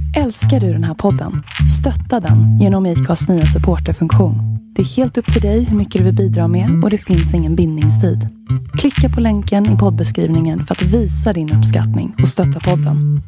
Älskar du den här podden? Stötta den genom IKAs nya supporterfunktion. Det är helt upp till dig hur mycket du vill bidra med och det finns ingen bindningstid. Klicka på länken i poddbeskrivningen för att visa din uppskattning och stötta podden.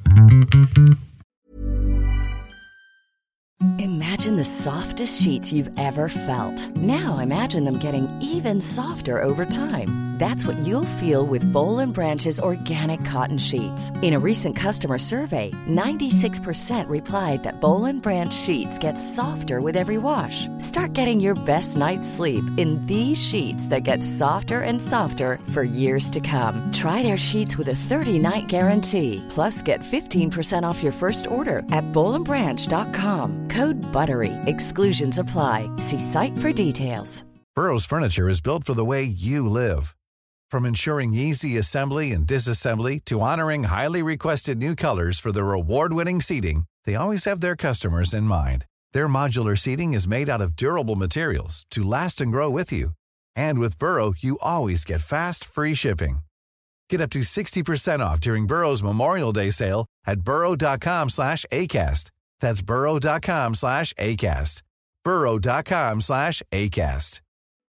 Imagine the softest sheets you've ever felt. Now imagine them getting even softer over time. That's what you'll feel with Boll & Branch's organic cotton sheets. In a recent customer survey, 96% replied that Boll & Branch sheets get softer with every wash. Start getting your best night's sleep in these sheets that get softer and softer for years to come. Try their sheets with a 30-night guarantee. Plus, get 15% off your first order at bollandbranch.com. Code BUTTERY. Exclusions apply. See site for details. Burrow's furniture is built for the way you live. From ensuring easy assembly and disassembly to honoring highly requested new colors for their award-winning seating, they always have their customers in mind. Their modular seating is made out of durable materials to last and grow with you. And with Burrow, you always get fast, free shipping. Get up to 60% off during Burrow's Memorial Day sale at burrow.com/ACAST. That's burrow.com/ACAST. burrow.com/ACAST.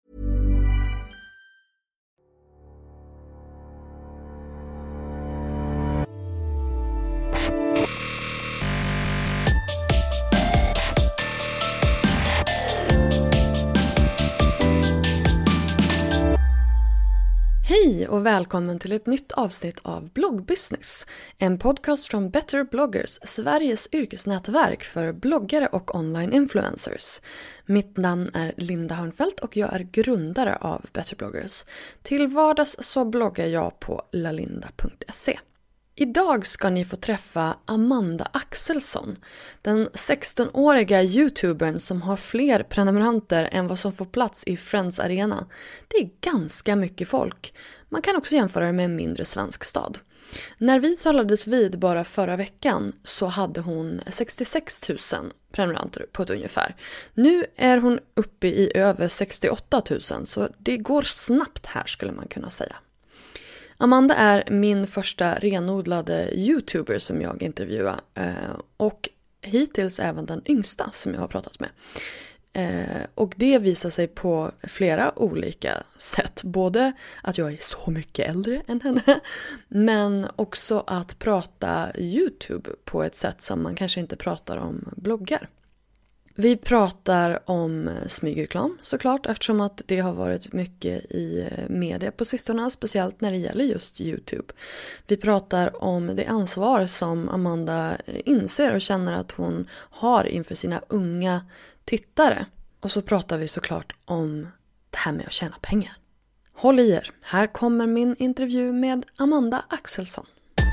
Hej och välkommen till ett nytt avsnitt av Bloggbusiness, en podcast från Better Bloggers, Sveriges yrkesnätverk för bloggare och online-influencers. Mitt namn är Linda Hörnfeldt och jag är grundare av Better Bloggers. Till vardags så bloggar jag på lalinda.se. Idag ska ni få träffa Amanda Axelsson, den 16-åriga YouTubern som har fler prenumeranter än vad som får plats i Friends Arena. Det är ganska mycket folk. Man kan också jämföra det med en mindre svensk stad. När vi talades vid bara förra veckan så hade hon 66 000 prenumeranter på ett ungefär. Nu är hon uppe i över 68 000 så det går snabbt här skulle man kunna säga. Amanda är min första renodlade YouTuber som jag intervjuar och hittills även den yngsta som jag har pratat med. Och det visar sig på flera olika sätt. Både att jag är så mycket äldre än henne, men också att prata YouTube på ett sätt som man kanske inte pratar om bloggar. Vi pratar om smygreklam såklart eftersom att det har varit mycket i media på sistone, speciellt när det gäller just YouTube. Vi pratar om det ansvar som Amanda inser och känner att hon har inför sina unga tittare. Och så pratar vi såklart om det här med att tjäna pengar. Håll i er, här kommer min intervju med Amanda Axelsson.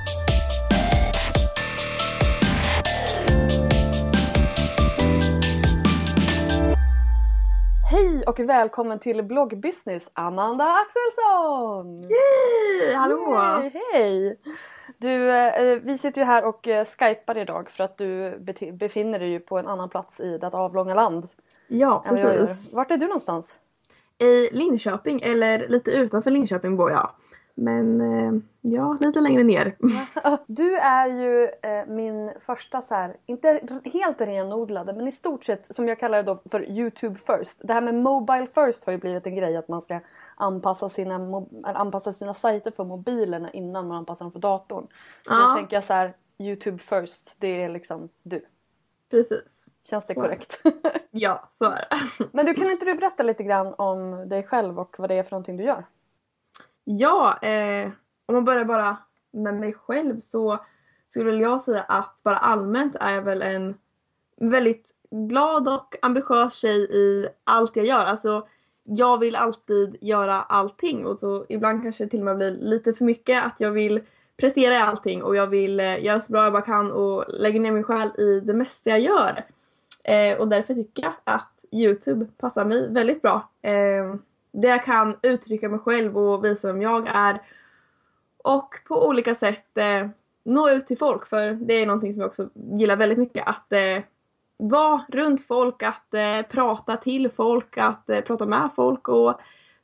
Hej och välkommen till Bloggbusiness, Amanda Axelsson! Yay! Hallå! Hej! Du, vi sitter ju här och skypar idag för att du befinner dig ju på en annan plats i detta avlånga land. Ja, precis. Vart är du någonstans? I Linköping, eller lite utanför Linköping bor jag. Men ja, lite längre ner. Du är ju min första så här, inte helt renodlade, men i stort sett som jag kallar det då för YouTube first. Det här med mobile first har ju blivit en grej att man ska anpassa sina sajter för mobilerna innan man anpassar dem för datorn. Så då tänker jag så här, YouTube first, det är liksom du. Precis. Känns det korrekt? Ja, så är det. Men kan inte du berätta lite grann om dig själv och vad det är för någonting du gör? Ja, om man börjar bara med mig själv så skulle jag säga att bara allmänt är jag väl en väldigt glad och ambitiös tjej i allt jag gör. Alltså jag vill alltid göra allting och så ibland kanske till och med blir lite för mycket att jag vill prestera i allting och jag vill göra så bra jag bara kan och lägga ner min själ i det mesta jag gör. Och därför tycker jag att YouTube passar mig väldigt bra. Där jag kan uttrycka mig själv och visa vem jag är. Och på olika sätt nå ut till folk. För det är någonting som jag också gillar väldigt mycket. Att vara runt folk, att prata till folk, att prata med folk. Och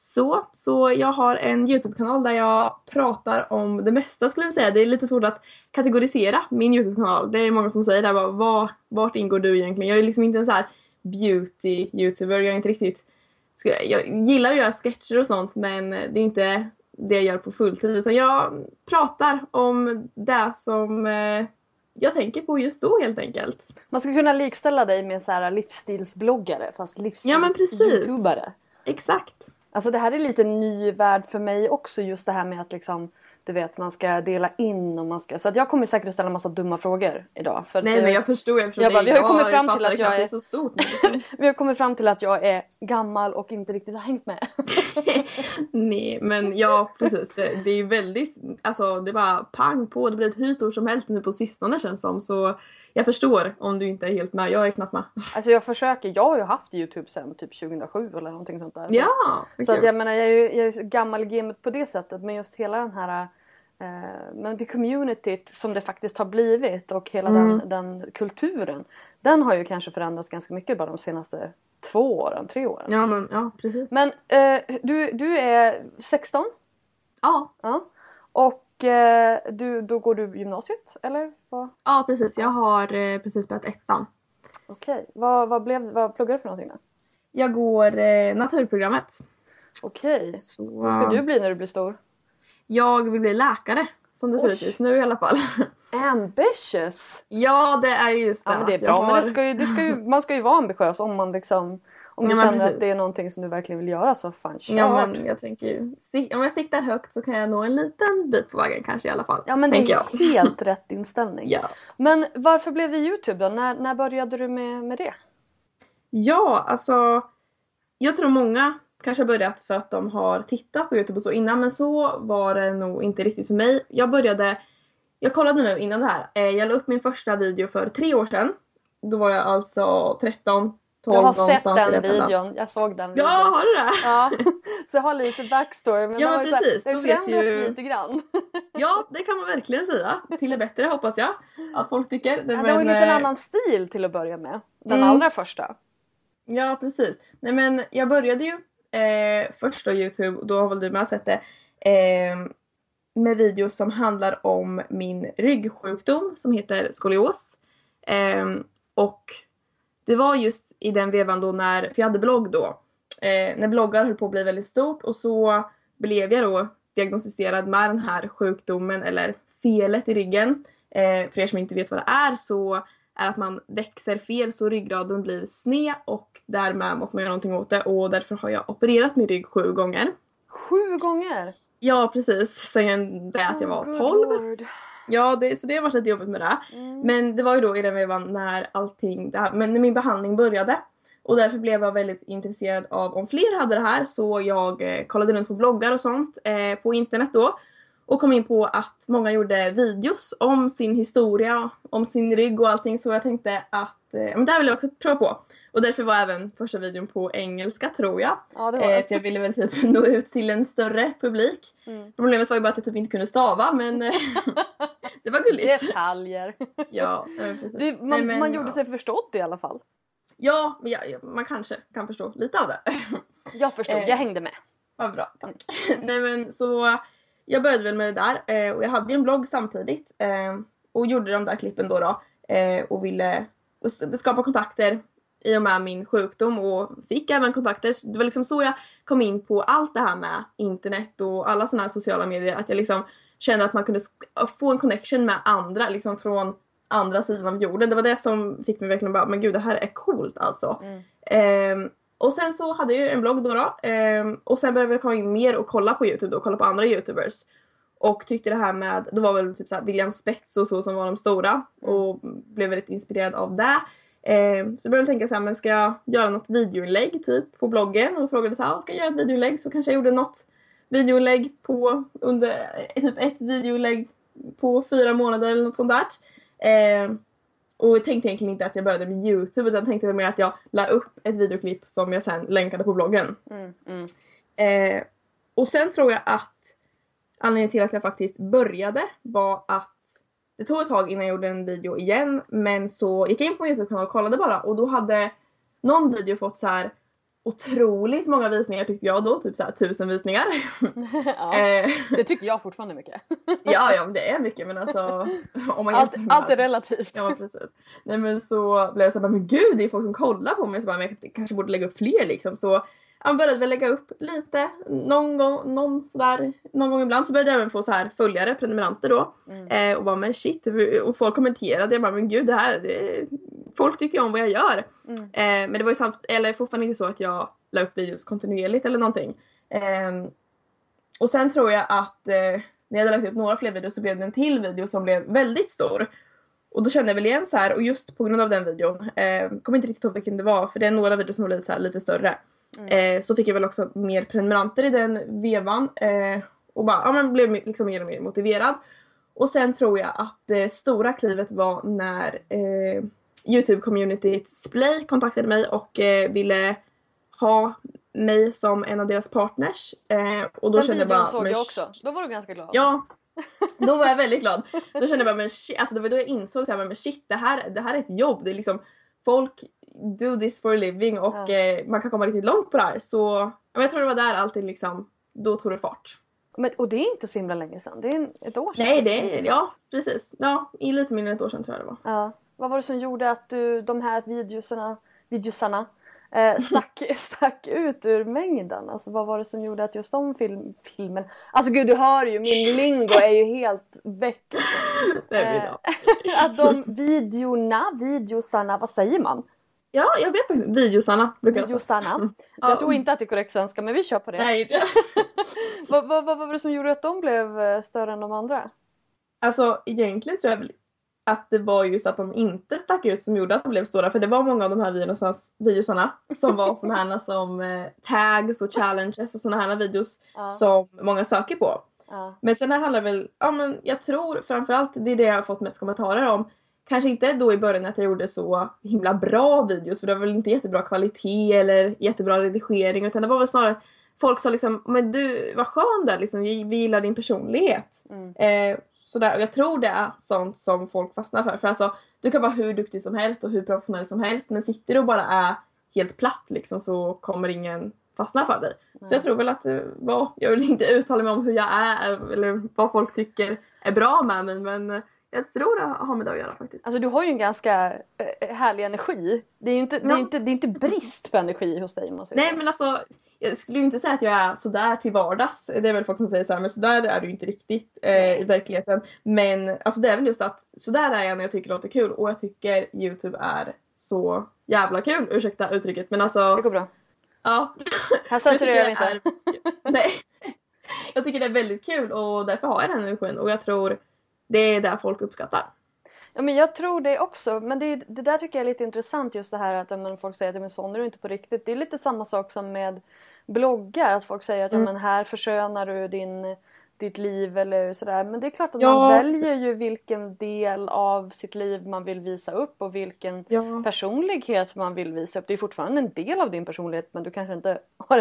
Så jag har en YouTube-kanal där jag pratar om det mesta skulle jag säga. Det är lite svårt att kategorisera min YouTube-kanal. Det är många som säger där vart ingår du egentligen? Jag är liksom inte en så här beauty-YouTuber. Jag är inte riktigt... Jag gillar att göra sketcher och sånt, men det är inte det jag gör på fulltid. Utan jag pratar om det som jag tänker på just då helt enkelt. Man skulle kunna likställa dig med så här livsstilsbloggare fast livsstilsyoutubare. Exakt. Alltså det här är lite ny värld för mig också, just det här med att liksom, du vet, man ska dela in och man ska... Så att jag kommer säkert att ställa en massa dumma frågor idag. För nej, men jag förstår. Vi har kommit fram till att jag är... Det är så stort. Vi har kommit fram till att jag är gammal och inte riktigt har hängt med. Nej, men ja, precis. Det är ju väldigt... Alltså, det var pang på. Det blir hur stort som helst nu på sistone känns som. Så jag förstår om du inte är helt med. Jag är knappt med. Alltså jag försöker. Jag har ju haft YouTube sen typ 2007 eller någonting sånt där. Ja! Så att jag menar, jag är ju gammal i gamet på det sättet. Men just hela den här... men det communityt som det faktiskt har blivit och hela den kulturen, den har ju kanske förändrats ganska mycket bara de senaste 2 åren, 3 åren. Ja, precis. Men du är 16? Ja. Och då går du gymnasiet, eller? Vad? Ja, precis. Jag har precis börjat 1:an. Okej. Vad pluggar du för någonting då? Jag går naturprogrammet. Okej. Vad ska du bli när du blir stor? Jag vill bli läkare, som det ser ut just nu i alla fall. Ambitious! Ja, det är just det. Ja, men det är bra, men man ska ju vara ambitiös om man liksom... Om du känner att det är någonting som du verkligen vill göra, så fan kört. Ja, men jag tänker ju... Om jag siktar högt så kan jag nå en liten bit på vägen kanske i alla fall. Ja, men det är helt rätt inställning. Ja. Men varför blev det YouTube då? När började du med det? Ja, alltså... Jag tror många kanske börjat för att de har tittat på YouTube och så innan. Men så var det nog inte riktigt för mig. Jag kollade nu innan det här. Jag la upp min första video för 3 år sedan. Då var jag alltså 13, 12 jag har någonstans. sett den videon. Jag såg den videon. Ja, har du det? Ja, så jag har lite backstory. Men ja, men precis. Det förändrats lite grann. Ja, det kan man verkligen säga. Till det bättre hoppas jag att folk tycker. Det var en liten annan stil till att börja med. Den allra första. Ja, precis. Nej, men jag började ju först då YouTube. Då har väl du med sett det. Med videos som handlar om min ryggsjukdom som heter skolios. Och det var just i den vevan då för jag hade blogg då. När bloggar höll på att bli väldigt stort. Och så blev jag då diagnostiserad med den här sjukdomen eller felet i ryggen. För er som inte vet vad det är så är att man växer fel så ryggraden blir sned. Och därmed måste man göra någonting åt det. Och därför har jag opererat min rygg 7 gånger. 7 gånger? Ja, precis. Sen det att jag var 12. Lord. Ja, så det har varit lite jobbigt med det. Men det var ju då i den vevan när när min behandling började. Och därför blev jag väldigt intresserad av om fler hade det här. Så jag kollade runt på bloggar och sånt på internet då. Och kom in på att många gjorde videos om sin historia, om sin rygg och allting. Så jag tänkte att men det här vill jag också prova på. Och därför var även första videon på engelska, tror jag. Ja, det var det. För jag ville väl typ nå ut till en större publik. Problemet var ju bara att jag typ inte kunde stava, men det var gulligt. Detaljer. Ja, precis. Man gjorde sig förstått i alla fall. Ja, man kanske kan förstå lite av det. Jag förstod, jag hängde med. Vad bra, tack. Nej, men så jag började väl med det där. Och jag hade ju en blogg samtidigt. Och gjorde de där klippen då. Och ville skapa kontakter i och med min sjukdom och fick även kontakter. Det var liksom så jag kom in på allt det här med internet och alla såna här sociala medier. Att jag liksom kände att man kunde få en connection med andra liksom från andra sidan av jorden. Det var det som fick mig verkligen bara, men gud, det här är coolt alltså. Och sen så hade jag ju en blogg då. Och sen började jag komma in mer och kolla på YouTube då, kolla på andra YouTubers. Och tyckte det här med, då var väl typ så här William Spets och så som var de stora. Och blev väldigt inspirerad av det. Så jag började tänka så här, men ska jag göra något videoinlägg typ på bloggen? Och frågade så här, ska jag göra ett videoinlägg? Så kanske jag gjorde något videoinlägg under typ ett videoinlägg på 4 månader eller något sånt där. Och jag tänkte egentligen inte att jag började med YouTube, utan tänkte väl mer att jag la upp ett videoklipp som jag sen länkade på bloggen. Och sen tror jag att anledningen till att jag faktiskt började var att det tog ett tag innan jag gjorde en video igen. Men så gick jag in på en YouTube-kanal och kollade bara. Och då hade någon video fått så här otroligt många visningar tyckte jag då, typ så här 1000 visningar. Ja, det tycker jag fortfarande är mycket. Ja, det är mycket, men alltså om man allt är relativt. Ja, precis. Nej, men så blev jag så här, men gud, det är folk som kollar på mig, så bara, men jag kanske borde lägga upp fler liksom. Så jag började väl lägga upp lite någon gång ibland, så började jag även få så här följare, prenumeranter då. Och bara, men shit, och folk kommenterade, jag bara, men gud, folk tycker om vad jag gör. Men det var ju fortfarande inte så att jag la upp videos kontinuerligt eller någonting. Och sen tror jag att när jag hade lagt upp några fler videos så blev det en till video som blev väldigt stor. Och då kände jag väl igen så här, och just på grund av den videon, kommer inte riktigt ihåg vilken det var, för det är några videos som blev så här lite större. Så fick jag väl också mer prenumeranter i den vevan, och bara, men blev liksom mer och mer motiverad. Och sen tror jag att det stora klivet var när YouTube-communityt Splay kontaktade mig och ville ha mig som en av deras partners. Och då den kände jag bara, såg jag också. Då var du ganska glad. Ja, då var jag väldigt glad. Då kände jag bara, men shit, alltså det var då jag insåg så här, men shit, det här är ett jobb. Det är liksom, folk do this for a living och man kan komma riktigt långt på det här. Så jag tror det var där allting liksom, då tog det fart. Och det är inte så himla länge sedan. Det är ett år sedan. Nej, det är, ja, precis. Ja, i lite mindre än ett år sedan tror jag det var. Ja. Vad var det som gjorde att de här videosarna stack ut ur mängden? Alltså vad var det som gjorde att just de filmen... Alltså gud, du hör ju, min lingo är ju helt väck. Att de videosarna, vad säger man? Ja, jag vet faktiskt. Videosarna brukar jag säga. Jag tror inte att det är korrekt svenska, men vi kör på det. Nej, inte. Vad var det som gjorde att de blev större än de andra? Alltså, egentligen tror jag väl att det var just att de inte stack ut som gjorde att de blev stora. För det var många av de här videosarna som var såna här som tags och challenges och såna här videos som många söker på. Men sen här handlar väl, men jag tror framförallt det är det jag har fått mest kommentarer om. Kanske inte då i början att jag gjorde så himla bra videos, för det var väl inte jättebra kvalitet eller jättebra redigering, utan det var väl snarare folk sa liksom, men du, vad skön där liksom, vi gillar din personlighet. Sådär, och jag tror det är sånt som folk fastnar för alltså, du kan vara hur duktig som helst och hur professionell som helst, men sitter du och bara är helt platt liksom, så kommer ingen fastna för dig. Så jag tror väl att jag vill inte uttala mig om hur jag är eller vad folk tycker är bra med mig, men jag tror det har med det att göra faktiskt. Alltså du har ju en ganska härlig energi. Det är inte brist på energi hos dig, måste jag säga. Nej, men alltså jag skulle ju inte säga att jag är sådär till vardags. Det är väl folk som säger så här, men sådär är du inte riktigt i verkligheten. Men alltså det är väl just att sådär är jag när jag tycker det låter kul. Och jag tycker YouTube är så jävla kul, ursäkta uttrycket. Men alltså... Det går bra. Ja. Här censurerar jag inte. Nej. Jag tycker det är väldigt kul och därför har jag den energin. Och jag tror det är där folk uppskattar. Ja, men jag tror det också. Men det där tycker jag är lite intressant, just det här att när folk säger att men sån är du inte på riktigt. Det är lite samma sak som med bloggar. Att folk säger att men här förskönar du ditt liv eller sådär. Men det är klart att man väljer ju vilken del av sitt liv man vill visa upp. Och vilken personlighet man vill visa upp. Det är fortfarande en del av din personlighet. Men du kanske inte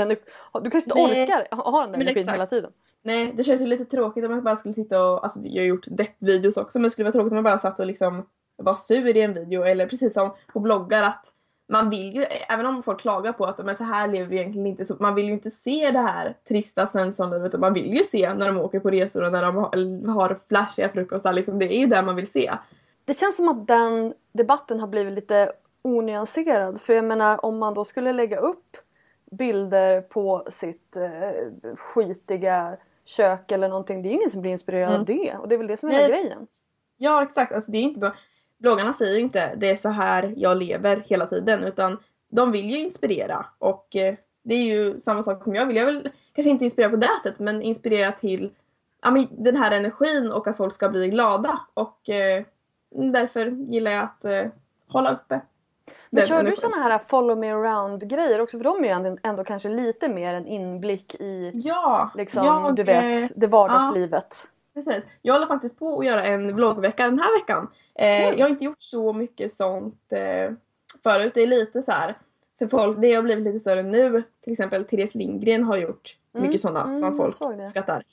orkar ha den energin hela tiden. Nej, det känns ju lite tråkigt om man bara skulle sitta och... Alltså jag har gjort depp-videos också, men det skulle vara tråkigt om man bara satt och liksom var sur i en video. Eller precis som på bloggar att man vill ju, även om folk klagar på att men så här lever vi egentligen inte, så man vill ju inte se det här trista Svensson-livet, utan man vill ju se när de åker på resor och när de har flashiga frukostar. Liksom, det är ju det man vill se. Det känns som att den debatten har blivit lite onyanserad. För jag menar, om man då skulle lägga upp bilder på sitt skitiga kök eller någonting, det är ingen som blir inspirerad av det. Och det är väl det som är hela grejen. Ja, exakt. Alltså, det är inte bara... Bloggarna säger ju inte det är så här jag lever hela tiden, utan de vill ju inspirera. Och det är ju samma sak som jag vill. Jag vill kanske inte inspirera på det sättet, men inspirera till den här energin och att folk ska bli glada. Och därför gillar jag att hålla uppe. Men kör du såna här follow me around grejer också? För de är ju ändå kanske lite mer en inblick i du vet, det vardagslivet. Precis. Jag håller faktiskt på att göra en vloggvecka den här veckan. Jag har inte gjort så mycket sånt förut. Det är lite så här för folk, det har blivit lite större nu. Till exempel Therese Lindgren har gjort mycket sådana som folk skattar.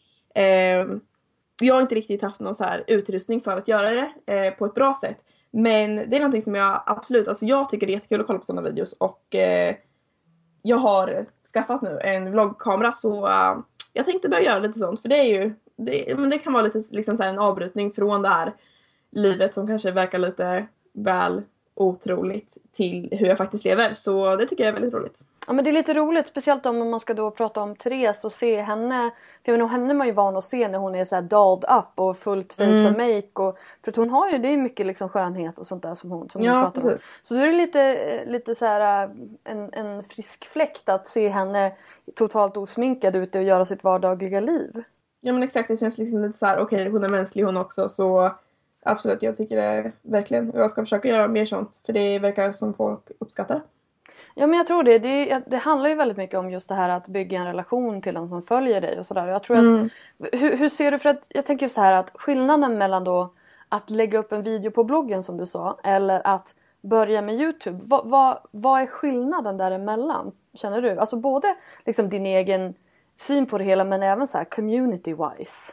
Jag har inte riktigt haft någon så här utrustning för att göra det på ett bra sätt. Men det är någonting som jag absolut, alltså jag tycker det är jättekul att kolla på sådana videos. Och jag har skaffat nu en vloggkamera, så jag tänkte börja göra lite sånt. För det är ju, men det kan vara lite liksom så här en avbrytning från det här livet som kanske verkar lite väl otroligt till hur jag faktiskt lever. Så det tycker jag är väldigt roligt. Ja, men det är lite roligt, speciellt om man ska då prata om Therese och se henne. För jag menar, henne är man ju van att se när hon är så här dolled up och fullt face and make. Och, för att hon har ju, det är mycket liksom skönhet och sånt där som hon pratar om. Så då är det lite så här en frisk fläkt att se henne totalt osminkad ute och göra sitt vardagliga liv. Ja, men exakt, det känns liksom lite så här, okej, hon är mänsklig hon också, så absolut, jag tycker det verkligen. Och jag ska försöka göra mer sånt, för det verkar som folk uppskattar. Ja, men jag tror det handlar ju väldigt mycket om just det här att bygga en relation till de som följer dig och sådär. Jag tror att, hur ser du, för att jag tänker så här att skillnaden mellan då att lägga upp en video på bloggen som du sa, eller att börja med YouTube, vad är skillnaden däremellan, känner du? Alltså både liksom din egen syn på det hela, men även så här community-wise.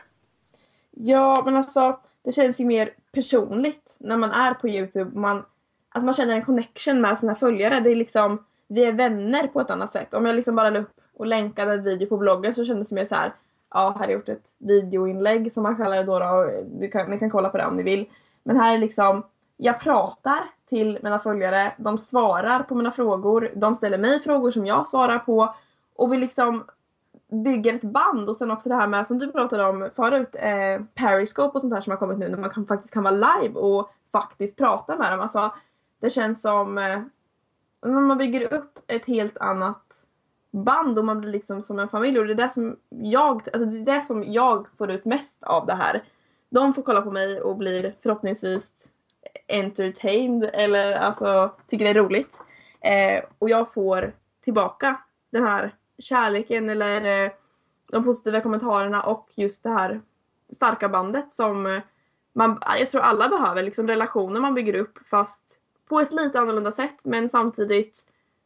Ja, men alltså det känns ju mer personligt när man är på YouTube. Man känner en connection med sina följare. Det är liksom, vi är vänner på ett annat sätt. Om jag liksom bara la upp och länkade en video på bloggen så kändes det mer så här, ja, här har jag gjort ett videoinlägg som man kallar det då, och ni kan kolla på det om ni vill. Men här är liksom, jag pratar till mina följare, de svarar på mina frågor, de ställer mig frågor som jag svarar på, och vi liksom bygger ett band. Och sen också det här med, som du pratade om förut, Periscope och sånt här som har kommit nu, när man faktiskt kan vara live och faktiskt prata med dem. Alltså, det känns som man bygger upp ett helt annat band och man blir liksom som en familj. Och det är det som jag får ut mest av det här. De får kolla på mig och blir förhoppningsvis entertained, eller alltså tycker det är roligt. Och jag får tillbaka den här kärleken eller de positiva kommentarerna och just det här starka bandet som jag tror alla behöver, liksom relationer man bygger upp fast på ett lite annorlunda sätt, men samtidigt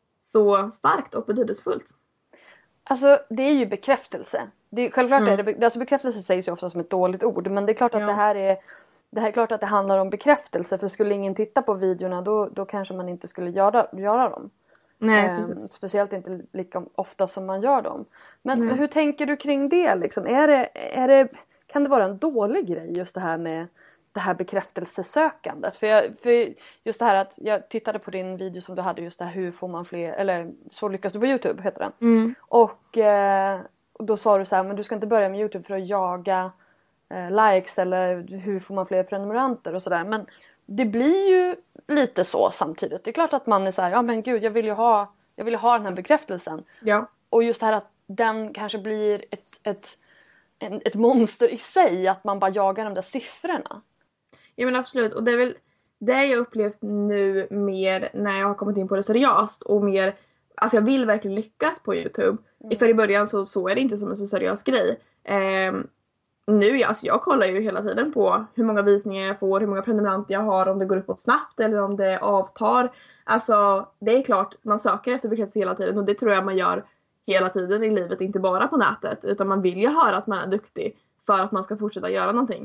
så starkt och betydelsefullt. Alltså det är ju bekräftelse. Självklart är det, alltså bekräftelse sägs ju ofta som ett dåligt ord, men det är klart att det här är klart att det handlar om bekräftelse, för skulle ingen titta på videorna då kanske man inte skulle göra dem. Nej, speciellt inte lika ofta som man gör dem. Men hur tänker du kring det liksom? Kan det vara en dålig grej just det här med det här bekräftelsesökandet? För just det här att jag tittade på din video som du hade, just det här, hur får man fler, eller så lyckas du på YouTube heter den. Och då sa du så här, men du ska inte börja med YouTube för att jaga likes, eller hur får man fler prenumeranter och sådär. Men det blir ju lite så samtidigt. Det är klart att man är så här, ja men gud, jag vill ju ha den här bekräftelsen. Ja. Och just det här att den kanske blir ett monster i sig, att man bara jagar de där siffrorna. Ja, men absolut, och det är väl det jag upplevt nu mer när jag har kommit in på det seriöst och mer, alltså jag vill verkligen lyckas på YouTube. För i början så är det inte som en så seriös grej. Nu, alltså jag kollar ju hela tiden på hur många visningar jag får, hur många prenumeranter jag har, om det går uppåt snabbt eller om det avtar. Alltså det är klart, man söker efter bekräftelse hela tiden, och det tror jag man gör hela tiden i livet, inte bara på nätet, utan man vill ju höra att man är duktig för att man ska fortsätta göra någonting.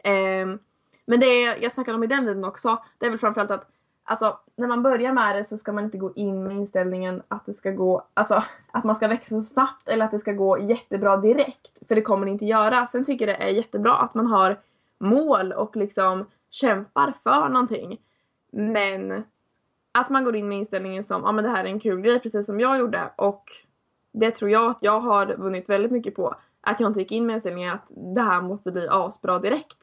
Men det jag snackade om i den videon också, det är väl framförallt att alltså, när man börjar med det så ska man inte gå in med inställningen att det ska gå, alltså att man ska växa så snabbt eller att det ska gå jättebra direkt, för det kommer det inte göra. Sen tycker jag det är jättebra att man har mål och liksom kämpar för någonting, men att man går in med inställningen som, ja men det här är en kul grej, precis som jag gjorde, och det tror jag att jag har vunnit väldigt mycket på, att jag inte gick in med inställningen att det här måste bli asbra direkt.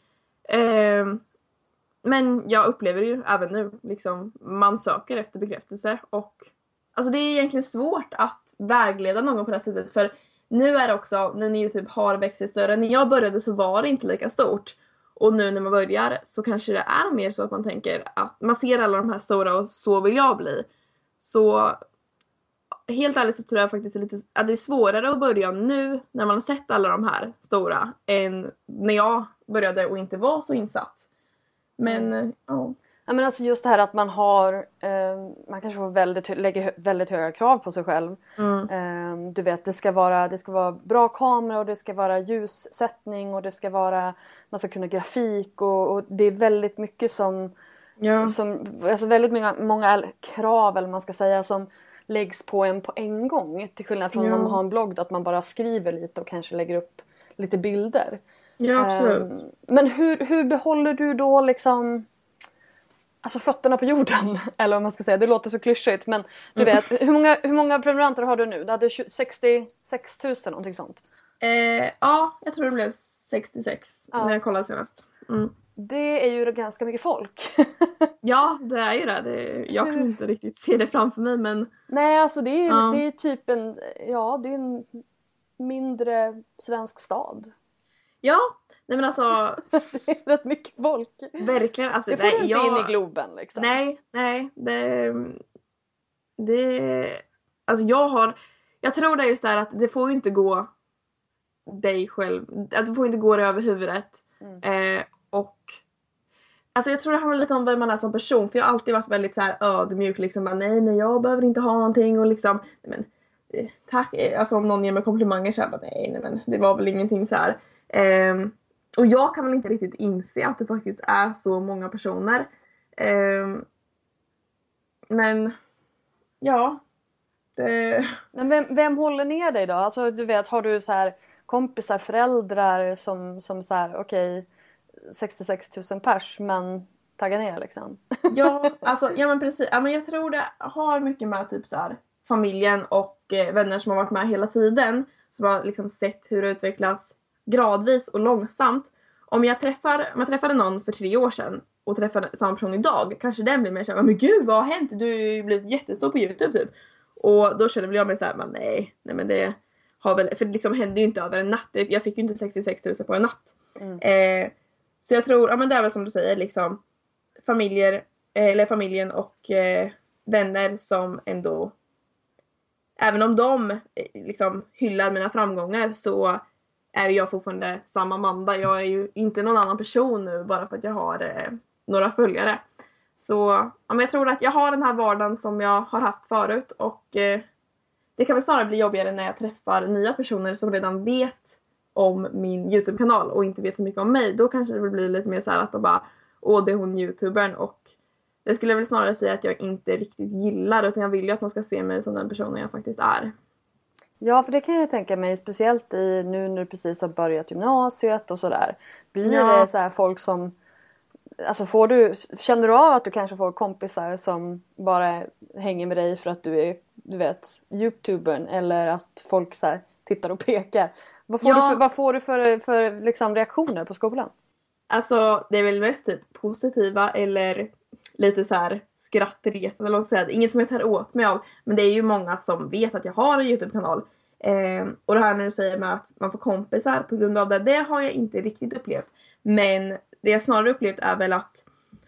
Men jag upplever ju även nu, liksom, man söker efter bekräftelse, och alltså det är egentligen svårt att vägleda någon på det här sättet, för nu är det också, nu när YouTube har växt större, när jag började så var det inte lika stort, och nu när man börjar så kanske det är mer så att man tänker att man ser alla de här stora och så vill jag bli. Så helt ärligt så tror jag faktiskt att det är svårare att börja nu när man har sett alla de här stora än när jag började och inte var så insatt. Men ja. Ja, men alltså just det här att man har man kanske får lägga väldigt höga krav på sig själv. Du vet, det ska vara bra kamera, och det ska vara ljussättning, och det ska vara, man ska kunna grafik, och det är väldigt mycket som alltså väldigt många krav, eller man ska säga, som läggs på en gång. Till skillnad från om man har en blogg att man bara skriver lite och kanske lägger upp lite bilder. Ja, absolut. Men hur behåller du då liksom alltså fötterna på jorden? Eller vad man ska säga, det låter så klyschigt. Men du vet, hur många prenumeranter har du nu? Du hade 66 000, någonting sånt. Ja, jag tror det blev 66 när jag kollade senast. Det är ju ganska mycket folk. Ja, det är ju det. Jag kan inte riktigt se det framför mig, men... Nej, alltså det är typ en mindre svensk stad. Ja, nej men alltså... Det är rätt mycket folk. Verkligen. Alltså, det får du inte in i Globen liksom. Nej. Det... Alltså jag tror det är just där att det får ju inte gå dig själv. Att det får inte gå det över huvudet. Och... Alltså jag tror det handlar lite om vem man är som person. För jag har alltid varit väldigt så här ödmjuk. Liksom, bara, nej, jag behöver inte ha någonting. Och liksom, men, tack. Alltså om någon ger mig komplimanger så här, bara, nej, men det var väl ingenting så här. Och jag kan väl inte riktigt inse att det faktiskt är så många personer. Men, ja. Men vem håller ner dig då? Alltså du vet, har du så här kompisar, föräldrar som så här, okej, 66 000 pers, men tagga ner liksom. Ja, alltså, ja men precis. Ja, men jag tror det har mycket med typ så här familjen och vänner som har varit med hela tiden. Som har liksom sett hur det utvecklas gradvis och långsamt. Om jag träffade någon för 3 år sedan och träffade samma person idag, kanske den blir mer såhär, men gud vad har hänt? Du har ju blivit jättestor på YouTube typ. Och då känner väl jag mig såhär, men nej men det har väl, för det liksom hände ju inte över en natt. Jag fick ju inte 66 000 på en natt. Så jag tror, ja men det är väl som du säger liksom familjen och vänner som ändå, även om de liksom hyllar mina framgångar, så är jag fortfarande samma Amanda. Jag är ju inte någon annan person nu bara för att jag har några följare. Så ja, men jag tror att jag har den här vardagen som jag har haft förut. Och det kan väl snarare bli jobbigare när jag träffar nya personer som redan vet om min YouTube-kanal och inte vet så mycket om mig. Då kanske det blir lite mer så här att de bara, det är hon YouTubern. Och det skulle jag väl snarare säga att jag inte riktigt gillar, utan jag vill ju att man ska se mig som den personen jag faktiskt är. Ja, för det kan jag tänka mig, speciellt nu när du precis har börjat gymnasiet och sådär. Blir det så här folk som, alltså känner du av att du kanske får kompisar som bara hänger med dig för att du är, du vet, YouTubern, eller att folk så här tittar och pekar? Vad får du för liksom reaktioner på skolan? Alltså, det är väl mest typ positiva eller lite så här skrattretande, eller vad säga. Inget som jag tar åt mig av, men det är ju många som vet att jag har en YouTube-kanal. Och det här när du säger med att man får kompisar på grund av det har jag inte riktigt upplevt. Men det jag snarare upplevt är väl att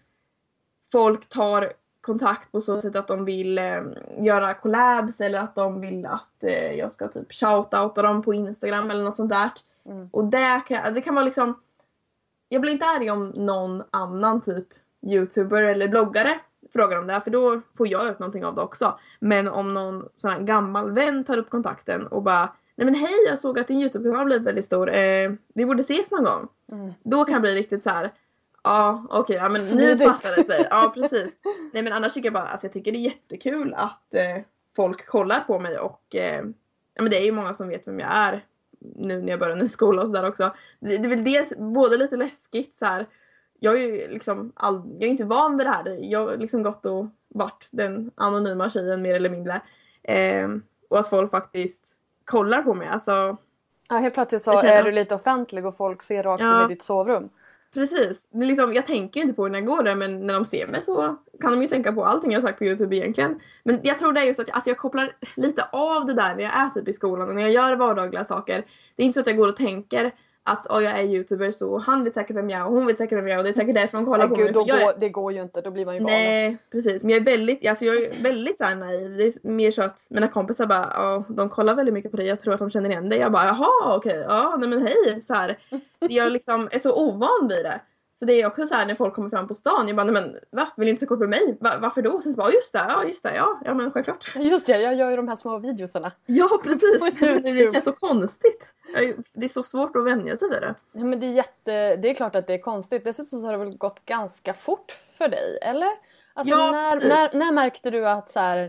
folk tar kontakt på så sätt att de vill göra collabs, eller att de vill att jag ska typ shoutouta dem på Instagram eller något sånt där. Och det kan vara liksom, jag blir inte arg om någon annan typ YouTuber eller bloggare frågar om det här, för då får jag ut någonting av det också. Men om någon sån här gammal vän tar upp kontakten och bara, nej men hej, jag såg att din YouTube-kanal har blivit väldigt stor, vi borde ses någon gång. Då kan jag bli riktigt så här, ja okej, ja, men nu passar det sig. Ja, precis. Nej men annars tycker jag bara, alltså jag tycker det är jättekul att folk kollar på mig. Och ja, men det är ju många som vet vem jag är nu när jag börjar ny skola och sådär också. Det är väl det, både lite läskigt så här. Jag är ju liksom jag är inte van vid det här. Jag har liksom gått och varit den anonyma tjejen mer eller mindre. Och att folk faktiskt kollar på mig. Alltså, ja, helt plötsligt så är du lite offentlig och folk ser rakt in i ditt sovrum. Precis. Det är liksom, jag tänker ju inte på det när jag går där, men när de ser mig så kan de ju tänka på allting jag har sagt på YouTube egentligen. Men jag tror det är just att alltså jag kopplar lite av det där när jag är typ i skolan och när jag gör vardagliga saker. Det är inte så att jag går och tänker att jag är YouTuber, så han vet säkert vem jag är och hon vet säkert vem jag är, och det är säkert därför de kollar på mig. Det går ju inte, då blir man ju galen. Nej, precis. Men jag är väldigt så här naiv. Det är mer så att mina kompisar bara, de kollar väldigt mycket på dig, jag tror att de känner igen dig. Jag bara, jaha, okej, nej men hej, så här. Jag liksom är så ovan vid det. Så det är också så här när folk kommer fram på stan, jag bara, nej men va? Vill inte ta kort på mig? Varför då? Sen så bara, just det, ja men självklart. Just det, jag gör ju de här små videosarna. Ja, precis. Det känns så konstigt. Det är så svårt att vänja sig vid det. Ja, men det är klart att det är konstigt. Dessutom så har det väl gått ganska fort för dig, eller? Alltså när märkte du att så här,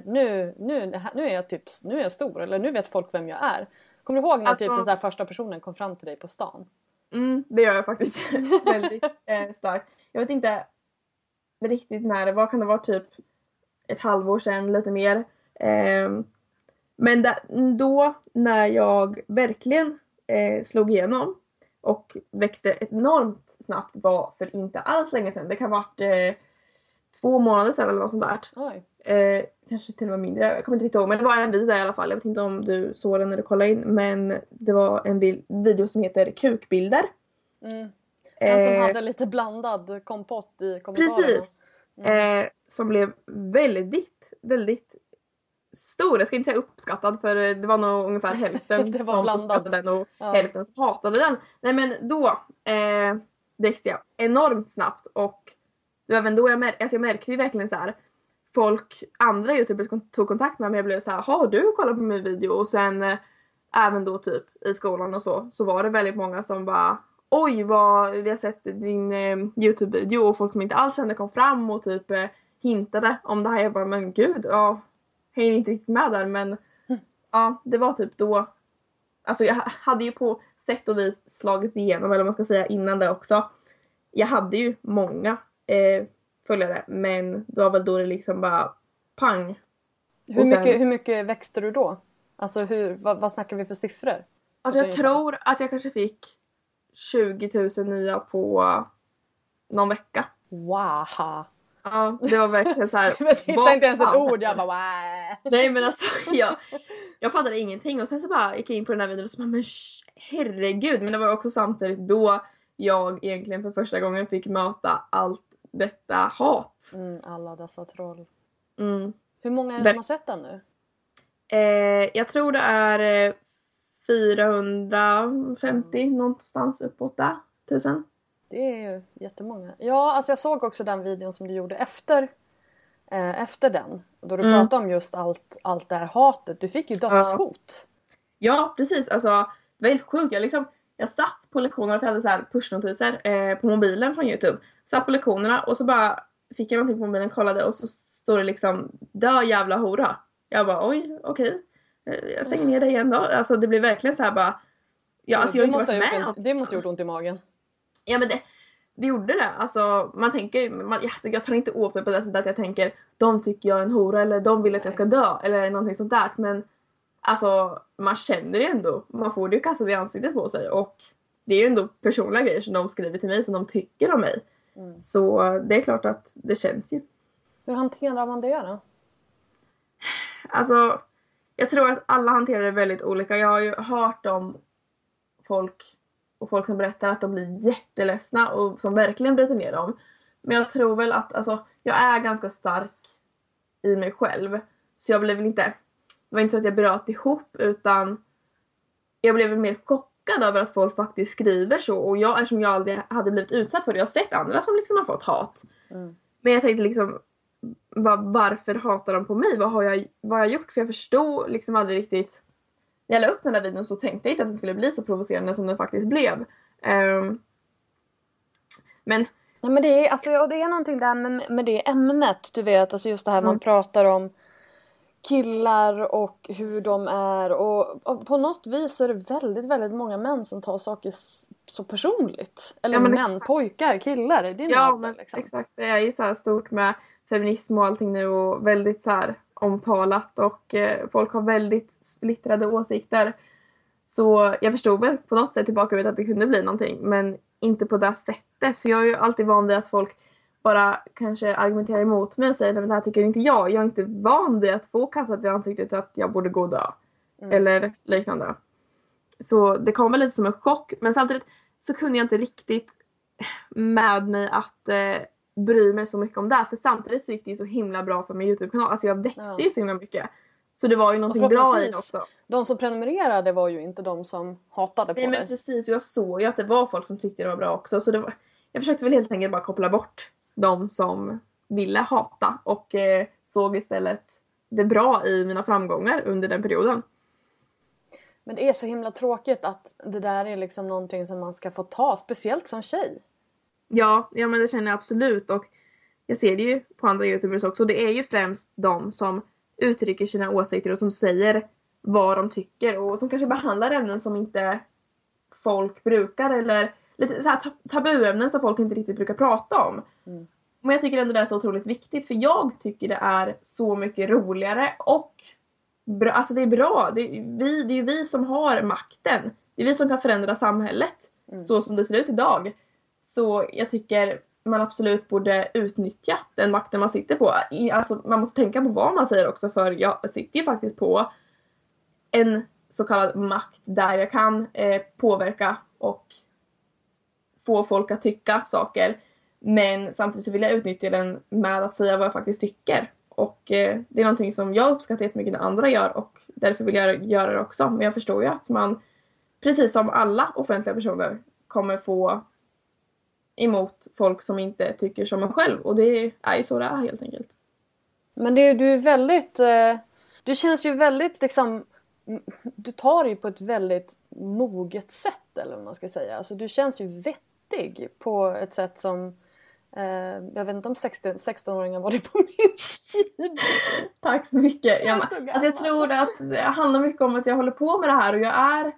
nu är jag stor, eller nu vet folk vem jag är? Kommer du ihåg när typ den där första personen kom fram till dig på stan? Det gör jag faktiskt väldigt starkt. Jag vet inte riktigt när det var, kan det vara typ ett halvår sedan, lite mer. Men då när jag verkligen slog igenom och växte enormt snabbt var för inte alls länge sedan. Det kan ha varit 2 månader sedan eller något sånt där. Oj. Kanske till och med mindre, jag kommer inte riktigt ihåg. Men det var en video där i alla fall. Jag vet inte om du såg den när du kollade in. Men det var en video som heter Kukbilder. En som hade lite blandad kompott i kommentarerna. Precis. Som blev väldigt stor. Jag ska inte säga uppskattad, för det var nog ungefär hälften det var som blandat. uppskattade den och hälften som hatade den. Nej, men då växte jag enormt snabbt, och det var även då jag märkte ju verkligen så här, andra youtubers tog kontakt med mig. Jag blev så här: har du kollat på min video? Och sen även då typ i skolan och så var det väldigt många som bara: oj, vi har sett din YouTube-video, och folk som inte alls kände kom fram och typ hintade om det här. Jag bara, men gud, jag är inte riktigt med där, men ja, det var typ då. Alltså jag hade ju på sätt och vis slagit igenom, eller vad man ska säga, innan det också. Jag hade ju många följare, men det var väl då det liksom bara pang. Hur mycket växte du då? Alltså vad snackar vi för siffror? Alltså jag tror att jag kanske fick 20 000 nya på någon vecka. Wow. Ja, det var verkligen så här. Jag hittade inte ens ett ord, jag bara wow. Nej, men alltså jag fattade ingenting, och sen så bara gick jag in på den här videon och så bara, men herregud. Men det var också samtidigt då jag egentligen för första gången fick möta allt detta hat. Alla dessa troll. Hur många är det som har sett den nu? Jag tror det är 450 någonstans uppåt där. 1000. Det är ju jättemånga. Ja, alltså jag såg också den videon som du gjorde efter den. Då du pratade om just allt det här hatet. Du fick ju dödshot. Ja, precis. Alltså, det var helt sjukt. Jag satt på lektionerna, för jag hade så här pushnotiser på mobilen från YouTube. Satt på lektionerna och så bara fick jag någonting på mobilen, kollade, och så står det liksom: dö jävla hora. Jag bara, oj, okej. Jag stänger ner det igen då. Alltså det blev verkligen så här bara. Ja, alltså, jag måste det måste gjort ont i magen. Ja, men det gjorde det. Alltså man tänker, alltså, jag tar inte åt mig på det sättet att jag tänker: de tycker jag är en hora, eller de vill att jag ska dö, eller någonting sånt där. Men alltså man känner det ändå. Man får det ju kastat i ansiktet på sig. Och det är ju ändå personliga grejer som de skriver till mig, som de tycker om mig. Så det är klart att det känns ju. Hur hanterar man det då? Alltså jag tror att alla hanterar det väldigt olika. Jag har ju hört om folk som berättar att de blir jätteledsna och som verkligen bryter ner dem. Men jag tror väl att, alltså, jag är ganska stark i mig själv. Så jag blev väl inte, det var inte så att jag bröt ihop, utan jag blev väl mer chockad över att folk faktiskt skriver så. Och eftersom jag aldrig hade blivit utsatt för det, jag har sett andra som liksom har fått hat. Men jag tänkte liksom, varför hatar de på mig? Vad har jag gjort? För jag förstod liksom aldrig riktigt. När jag la upp den där videon så tänkte jag inte att den skulle bli så provocerande som den faktiskt blev. Men ja, men det är, alltså, och det är någonting där med det ämnet, du vet, alltså just det här man pratar om killar och hur de är, och på något vis är det väldigt, väldigt många män som tar saker så personligt. Eller män, pojkar, killar. Det är men liksom. Exakt, det är ju så här stort med feminism och allting nu, och väldigt så här omtalat, och folk har väldigt splittrade åsikter. Så jag förstod väl på något sätt tillbaka att det kunde bli någonting, men inte på det sättet. Så jag är ju alltid van vid att folk bara kanske argumenterar emot mig och säger: men det här tycker inte jag. Jag är inte van vid att få kastat i ansiktet att jag borde gå och dö. Eller liknande. Så det kom väl lite som en chock. Men samtidigt så kunde jag inte riktigt med mig att bry mig så mycket om det. För samtidigt så gick det ju så himla bra för min YouTube-kanal. Alltså jag växte ju så himla mycket. Så det var ju någonting bra i det också. De som prenumererade var ju inte de som hatade på dig. Nej, men precis. Och jag såg ju att det var folk som tyckte det var bra också. Så jag försökte väl helt enkelt bara koppla bort de som ville hata. Och såg istället det bra i mina framgångar under den perioden. Men det är så himla tråkigt att det där är liksom någonting som man ska få ta. Speciellt som tjej. Ja, men det känner jag absolut. Och jag ser det ju på andra YouTubers också, det är ju främst de som uttrycker sina åsikter och som säger vad de tycker och som kanske behandlar ämnen som inte folk brukar, eller lite så här tabuämnen som folk inte riktigt brukar prata om. Men jag tycker ändå det är så otroligt viktigt, för jag tycker det är så mycket roligare och bra, alltså det är bra, det är ju vi som har makten, det är vi som kan förändra samhället så som det ser ut idag. Så jag tycker man absolut borde utnyttja den makten man sitter på. Alltså man måste tänka på vad man säger också, för jag sitter ju faktiskt på en så kallad makt där jag kan påverka och få folk att tycka saker. Men samtidigt så vill jag utnyttja den med att säga vad jag faktiskt tycker. Och det är någonting som jag uppskattar jättemycket när andra gör, och därför vill jag göra det också. Men jag förstår ju att man, precis som alla offentliga personer, kommer få emot folk som inte tycker som en själv. Och det är ju så det är helt enkelt. Men du är väldigt... Du känns ju väldigt liksom... Du tar det ju på ett väldigt moget sätt, eller vad man ska säga. Alltså du känns ju vettig på ett sätt som... jag vet inte om 16-åringar var det på min tid. Tack så mycket. Jag tror att det handlar mycket om att jag håller på med det här och jag är...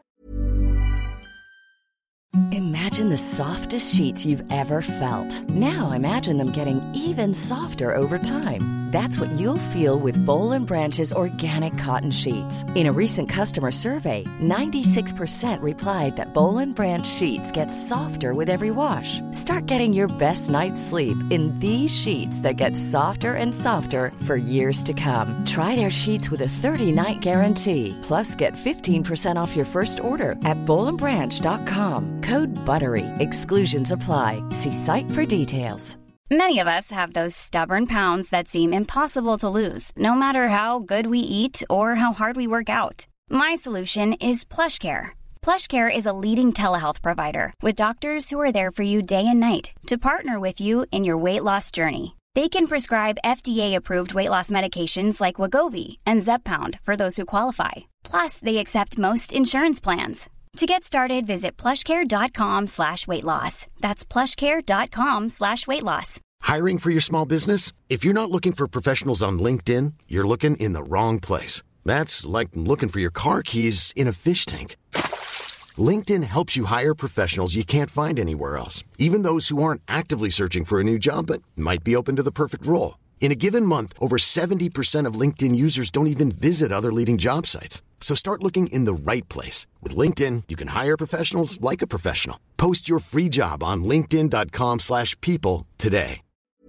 Imagine the softest sheets you've ever felt. Now imagine them getting even softer over time. That's what you'll feel with Boll & Branch's organic cotton sheets. In a recent customer survey, 96% replied that Boll & Branch sheets get softer with every wash. Start getting your best night's sleep in these sheets that get softer and softer for years to come. Try their sheets with a 30-night guarantee. Plus, get 15% off your first order at bollandbranch.com. Code BUTTERY. Exclusions apply. See site for details. Many of us have those stubborn pounds that seem impossible to lose, no matter how good we eat or how hard we work out. My solution is PlushCare. PlushCare is a leading telehealth provider with doctors who are there for you day and night to partner with you in your weight loss journey. They can prescribe FDA-approved weight loss medications like Wegovy and Zepbound for those who qualify. Plus, they accept most insurance plans. To get started, visit plushcare.com/weightloss. That's plushcare.com/weightloss. Hiring for your small business? If you're not looking for professionals on LinkedIn, you're looking in the wrong place. That's like looking for your car keys in a fish tank. LinkedIn helps you hire professionals you can't find anywhere else, even those who aren't actively searching for a new job but might be open to the perfect role. In a given month, over 70% of LinkedIn users don't even visit other leading job sites. So start looking in the right place. With LinkedIn, you can hire professionals like a professional. Post your free job on linkedin.com/people today.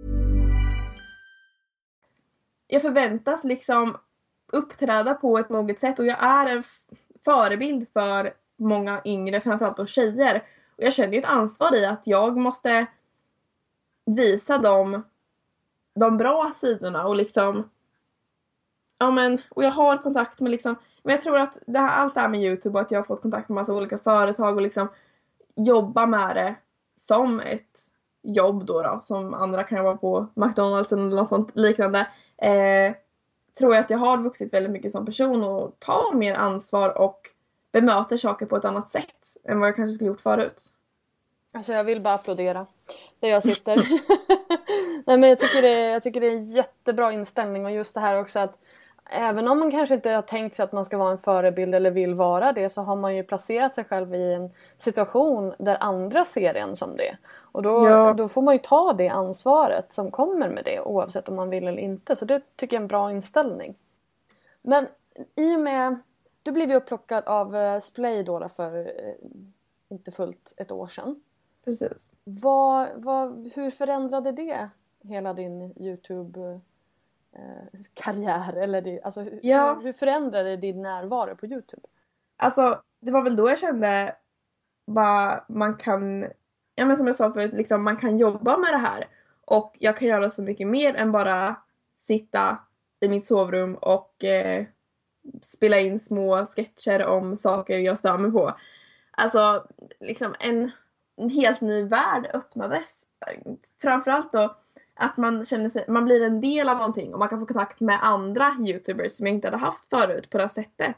Jag förväntas liksom uppträda på ett moget sätt, och jag är en förebild för många yngre, framförallt då tjejer. Och jag känner ju ett ansvar i att jag måste visa dem de bra sidorna och liksom, ja men, och jag har kontakt med liksom, men jag tror att allt det här med YouTube och att jag har fått kontakt med massa olika företag och liksom jobba med det som ett jobb då som andra kan jobba på McDonald's eller något sånt liknande, tror jag att jag har vuxit väldigt mycket som person och tar mer ansvar och bemöter saker på ett annat sätt än vad jag kanske skulle gjort förut. Alltså jag vill bara applådera där jag sitter. Nej, men jag tycker det är en jättebra inställning, och just det här också att även om man kanske inte har tänkt sig att man ska vara en förebild eller vill vara det, så har man ju placerat sig själv i en situation där andra ser en som det. Och då får man ju ta det ansvaret som kommer med det, oavsett om man vill eller inte. Så det tycker jag är en bra inställning. Men i och med, du blev ju upplockad av Splay då för inte fullt ett år sedan. Precis. Hur förändrade det hela din YouTube-karriär? Hur förändrade din närvaro på YouTube? Alltså, det var väl då jag kände vad man kan, ja men som jag sa förut, liksom, man kan jobba med det här. Och jag kan göra så mycket mer än bara sitta i mitt sovrum och spela in små sketcher om saker jag stör mig på. Alltså, liksom en helt ny värld öppnades. Framförallt då att man känner sig, man blir en del av någonting och man kan få kontakt med andra YouTubers som jag inte hade haft förut på det här sättet.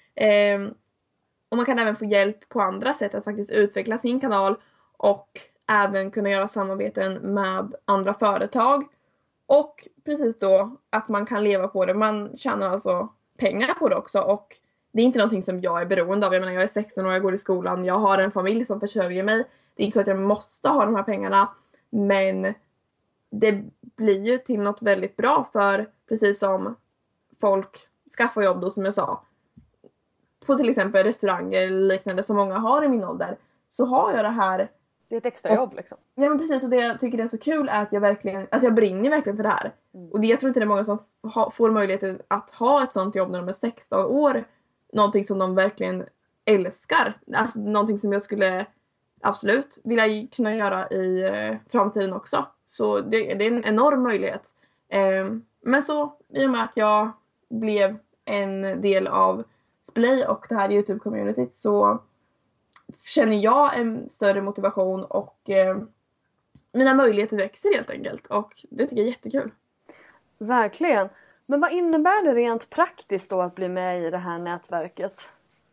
Och man kan även få hjälp på andra sätt att faktiskt utveckla sin kanal och även kunna göra samarbeten med andra företag. Och precis då att man kan leva på det. Man tjänar alltså pengar på det också. Och det är inte någonting som jag är beroende av. Jag menar, jag är 16 år, jag går i skolan. Jag har en familj som försörjer mig. Det är inte så att jag måste ha de här pengarna. Men det blir ju till något väldigt bra. För precis som folk skaffar jobb då, som jag sa. På till exempel restauranger eller liknande som många har i min ålder. Så har jag det här. Det är ett extra jobb liksom. Ja men precis, och det jag tycker det är så kul är att jag brinner verkligen för det här. Och jag tror inte det är många som får möjligheten att ha ett sånt jobb när de är 16 år. Någonting som de verkligen älskar. Alltså någonting som jag skulle absolut vilja kunna göra i framtiden också. Så det är en enorm möjlighet. Men så, i och med att jag blev en del av Splay och det här YouTube-communityt så känner jag en större motivation och mina möjligheter växer helt enkelt. Och det tycker jag är jättekul. Verkligen. Men vad innebär det rent praktiskt då att bli med i det här nätverket?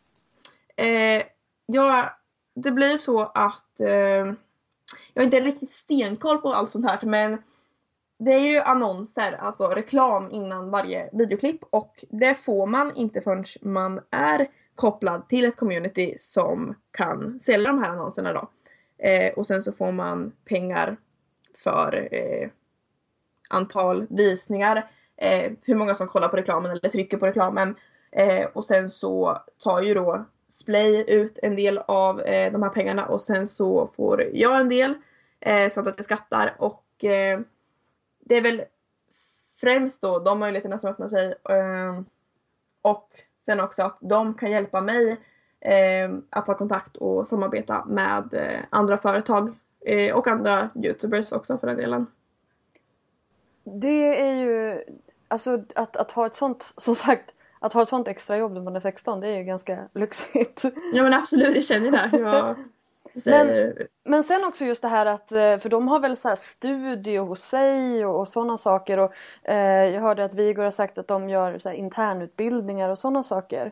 Det blir så att jag har inte riktigt stenkoll på allt sånt här, men det är ju annonser, alltså reklam innan varje videoklipp, och det får man inte förrän man är kopplad till ett community som kan sälja de här annonserna då. Och sen så får man pengar för antal visningar, hur många som kollar på reklamen eller trycker på reklamen. Och sen så tar ju då Splay ut en del av de här pengarna, och sen så får jag en del samt att jag skattar. Och det är väl främst då de möjligheterna som öppnar sig, och sen också att de kan hjälpa mig att ha kontakt och samarbeta med andra företag och andra YouTubers också för den delen. Det är ju, alltså att ha ett sånt, som sagt, att ha ett sånt extra jobb när man är 16, det är ju ganska lyxigt. Ja men absolut, jag känner det. Men sen också just det här att, för de har väl så här studio hos sig och sådana saker. Och jag hörde att Vigor har sagt att de gör så här internutbildningar och sådana saker.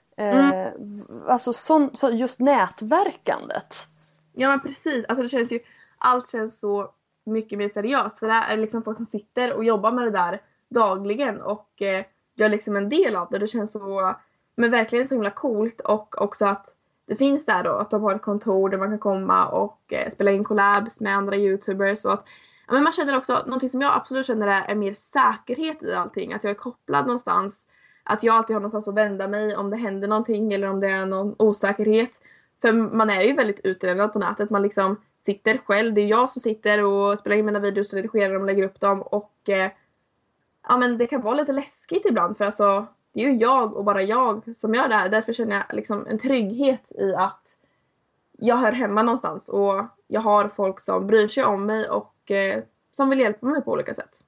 Alltså så just nätverkandet. Ja men precis, alltså det känns ju, allt känns så mycket mer seriöst. För det är liksom folk som sitter och jobbar med det där dagligen och gör liksom en del av det. Det känns så, men verkligen så himla coolt. Och också att det finns där då, att de har ett kontor där man kan komma och spela in collabs med andra YouTubers. Och att, ja, men man känner också, någonting som jag absolut känner är mer säkerhet i allting. Att jag är kopplad någonstans. Att jag alltid har någonstans att vända mig om det händer någonting eller om det är någon osäkerhet. För man är ju väldigt utlämnad på nätet. Man liksom sitter själv. Det är jag som sitter och spelar in mina videos och redigerar dem och lägger upp dem. Och ja, men det kan vara lite läskigt ibland. För alltså, det är ju jag och bara jag som gör det här. Därför känner jag liksom en trygghet i att jag hör hemma någonstans. Och jag har folk som bryr sig om mig och som vill hjälpa mig på olika sätt.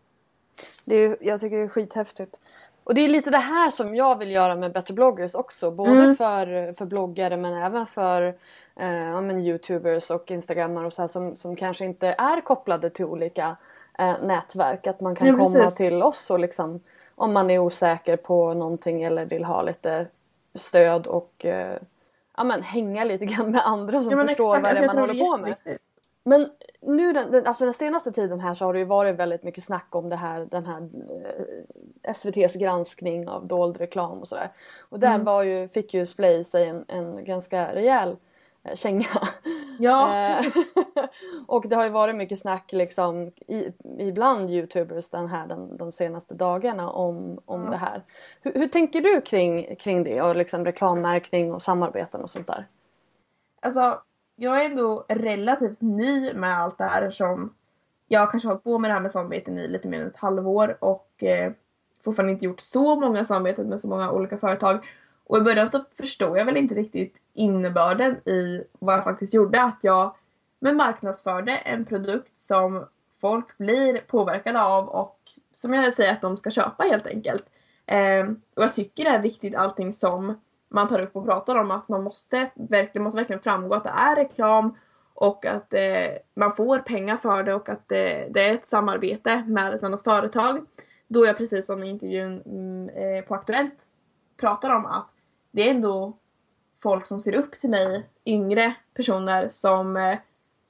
Jag tycker det är skithäftigt. Och det är lite det här som jag vill göra med Better Bloggers också. Både för bloggare men även för YouTubers och Instagrammar och så här, som kanske inte är kopplade till olika nätverk. Att man kan komma till oss och liksom, om man är osäker på någonting eller vill ha lite stöd och hänga lite grann med andra som förstår vad det är man håller på med. Men nu den senaste tiden här så har det ju varit väldigt mycket snack om den här SVT:s granskning av dold reklam och sådär. Och där fick ju Splay sig en ganska rejäl känga. Ja, och det har ju varit mycket snack liksom ibland YouTubers de senaste dagarna om det här. Hur tänker du kring det och liksom reklammärkning och samarbeten och sånt där? Alltså, jag är ändå relativt ny med allt det här, som jag kanske har hållit på med det här med samarbeten i lite mer än ett halvår och fortfarande inte gjort så många samarbeten med så många olika företag. Och i början så förstod jag väl inte riktigt innebörden i vad jag faktiskt gjorde. Att jag marknadsförde en produkt som folk blir påverkade av och som jag säger att de ska köpa helt enkelt. Och jag tycker det är viktigt allting som man tar upp och pratar om, att man måste verkligen framgå att det är reklam och att man får pengar för det och att det är ett samarbete med ett annat företag. Då jag precis som i intervjun på Aktuellt pratar om att det är ändå folk som ser upp till mig, yngre personer som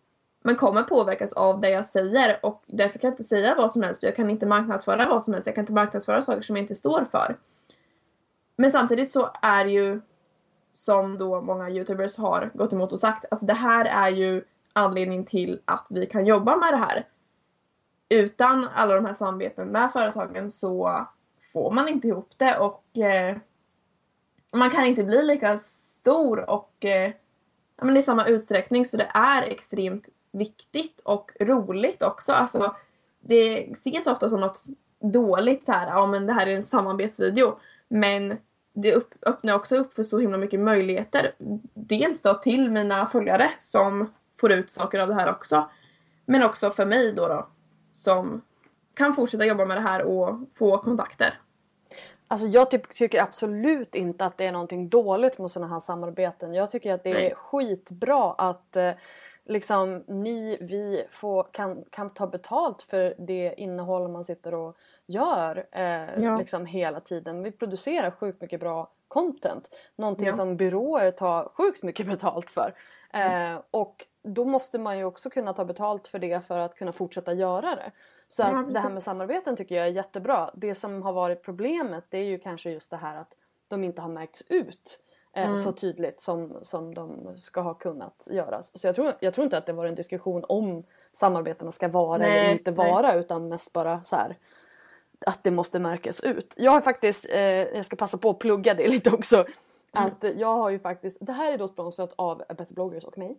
men kommer påverkas av det jag säger, och därför kan jag inte säga vad som helst. Jag kan inte marknadsföra vad som helst. Jag kan inte marknadsföra saker som jag inte står för. Men samtidigt så är ju, som då många YouTubers har gått emot och sagt, alltså det här är ju anledningen till att vi kan jobba med det här. Utan alla de här samarbeten med företagen så får man inte ihop det, och man kan inte bli lika stor och i samma utsträckning. Så det är extremt viktigt och roligt också. Alltså, det ses ofta som något dåligt så här, men det här är en samarbetsvideo. Men det öppnar också upp för så himla mycket möjligheter. Dels då till mina följare som får ut saker av det här också. Men också för mig då som kan fortsätta jobba med det här och få kontakter. Alltså jag tycker absolut inte att det är någonting dåligt med sådana här samarbeten. Jag tycker att det är skitbra att liksom vi kan ta betalt för det innehåll man sitter och gör liksom hela tiden. Vi producerar sjukt mycket bra content. Någonting som byråer tar sjukt mycket betalt för. Och då måste man ju också kunna ta betalt för det för att kunna fortsätta göra det. Så att det här med samarbeten tycker jag är jättebra. Det som har varit problemet, det är ju kanske just det här att de inte har märkts ut så tydligt som de ska ha kunnat göra. Så jag tror inte att det var en diskussion om samarbetena ska vara eller inte vara, utan mest bara så här att det måste märkas ut. Jag har faktiskt, jag ska passa på att plugga det lite också. Att jag har ju faktiskt, det här är då sponsrat av Better Bloggers och mig.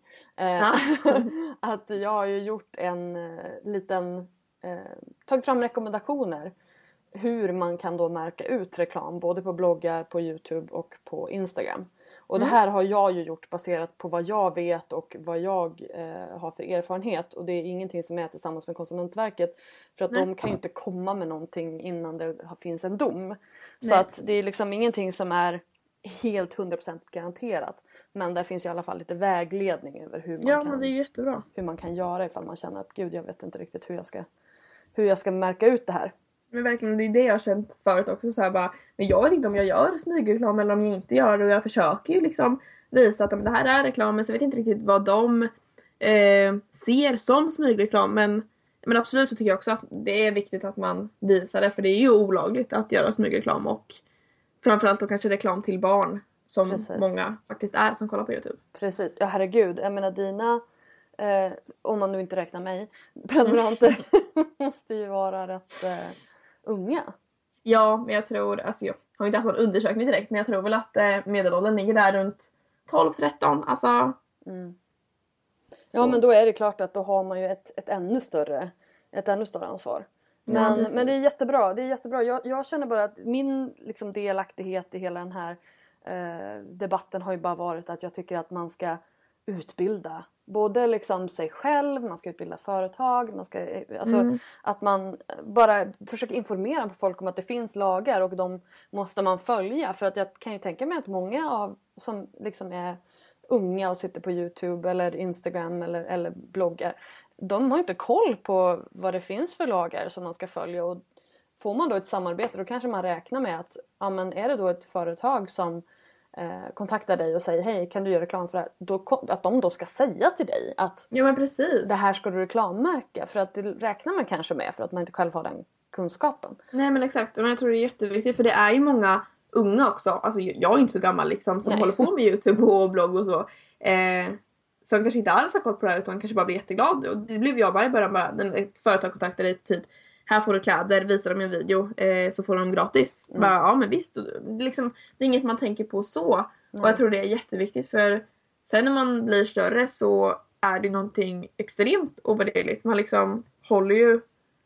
Att jag har ju gjort en liten, tagit fram rekommendationer hur man kan då märka ut reklam både på bloggar, på YouTube och på Instagram. Och det här har jag ju gjort baserat på vad jag vet och vad jag har för erfarenhet. Och det är ingenting som är tillsammans med Konsumentverket. För att de kan ju inte komma med någonting innan det finns en dom. Så att det är liksom ingenting som är helt 100% garanterat. Men där finns i alla fall lite vägledning över men det är jättebra. Hur man kan göra ifall man känner att gud, jag vet inte riktigt hur jag ska märka ut det här. Men verkligen, det är det jag har känt förut också. Så här bara, men jag vet inte om jag gör smygreklam eller om jag inte gör det. Och jag försöker ju liksom visa att det här är reklam. Men så vet jag inte riktigt vad de ser som smygreklam. Men absolut så tycker jag också att det är viktigt att man visar det. För det är ju olagligt att göra smygreklam. Och framförallt då kanske reklam till barn. Som många faktiskt är som kollar på YouTube. Precis, ja herregud. Jag menar dina, om man nu inte räknar mig, prenumeranter måste ju vara rätt unga. Ja, men jag tror, alltså jag har inte haft någon undersökning direkt. Men jag tror väl att medelåldern ligger där runt 12-13. Alltså. Ja, men då är det klart att då har man ju ett ännu större ansvar. Men det är jättebra. Jag känner bara att min liksom delaktighet i hela den här debatten har ju bara varit att jag tycker att man ska utbilda både liksom sig själv, man ska utbilda företag, man ska, alltså, att man bara försöker informera folk om att det finns lagar och de måste man följa. För att jag kan ju tänka mig att många av som liksom är unga och sitter på YouTube eller Instagram eller bloggar, de har inte koll på vad det finns för lagar som man ska följa. Och får man då ett samarbete, då kanske man räknar med att men är det då ett företag som kontaktar dig och säger hej, kan du göra reklam för det här? Att de då ska säga till dig att men precis. Det här ska du reklammärka. För att det räknar man kanske med för att man inte själv har den kunskapen. Nej, men exakt. Men jag tror det är jätteviktigt, för det är ju många unga också. Alltså jag är inte så gammal liksom, som håller på med YouTube och blogg och så. Som kanske inte alls har koll på det här, utan kanske bara blir jätteglad. Och det blev jag bara i början. När ett företag kontaktar dig typ, här får du kläder, visar dem en video, så får de gratis. Bara, ja men visst. Det är inget man tänker på så. Och jag tror det är jätteviktigt, för sen när man blir större så är det någonting extremt ovärderligt. Man liksom håller ju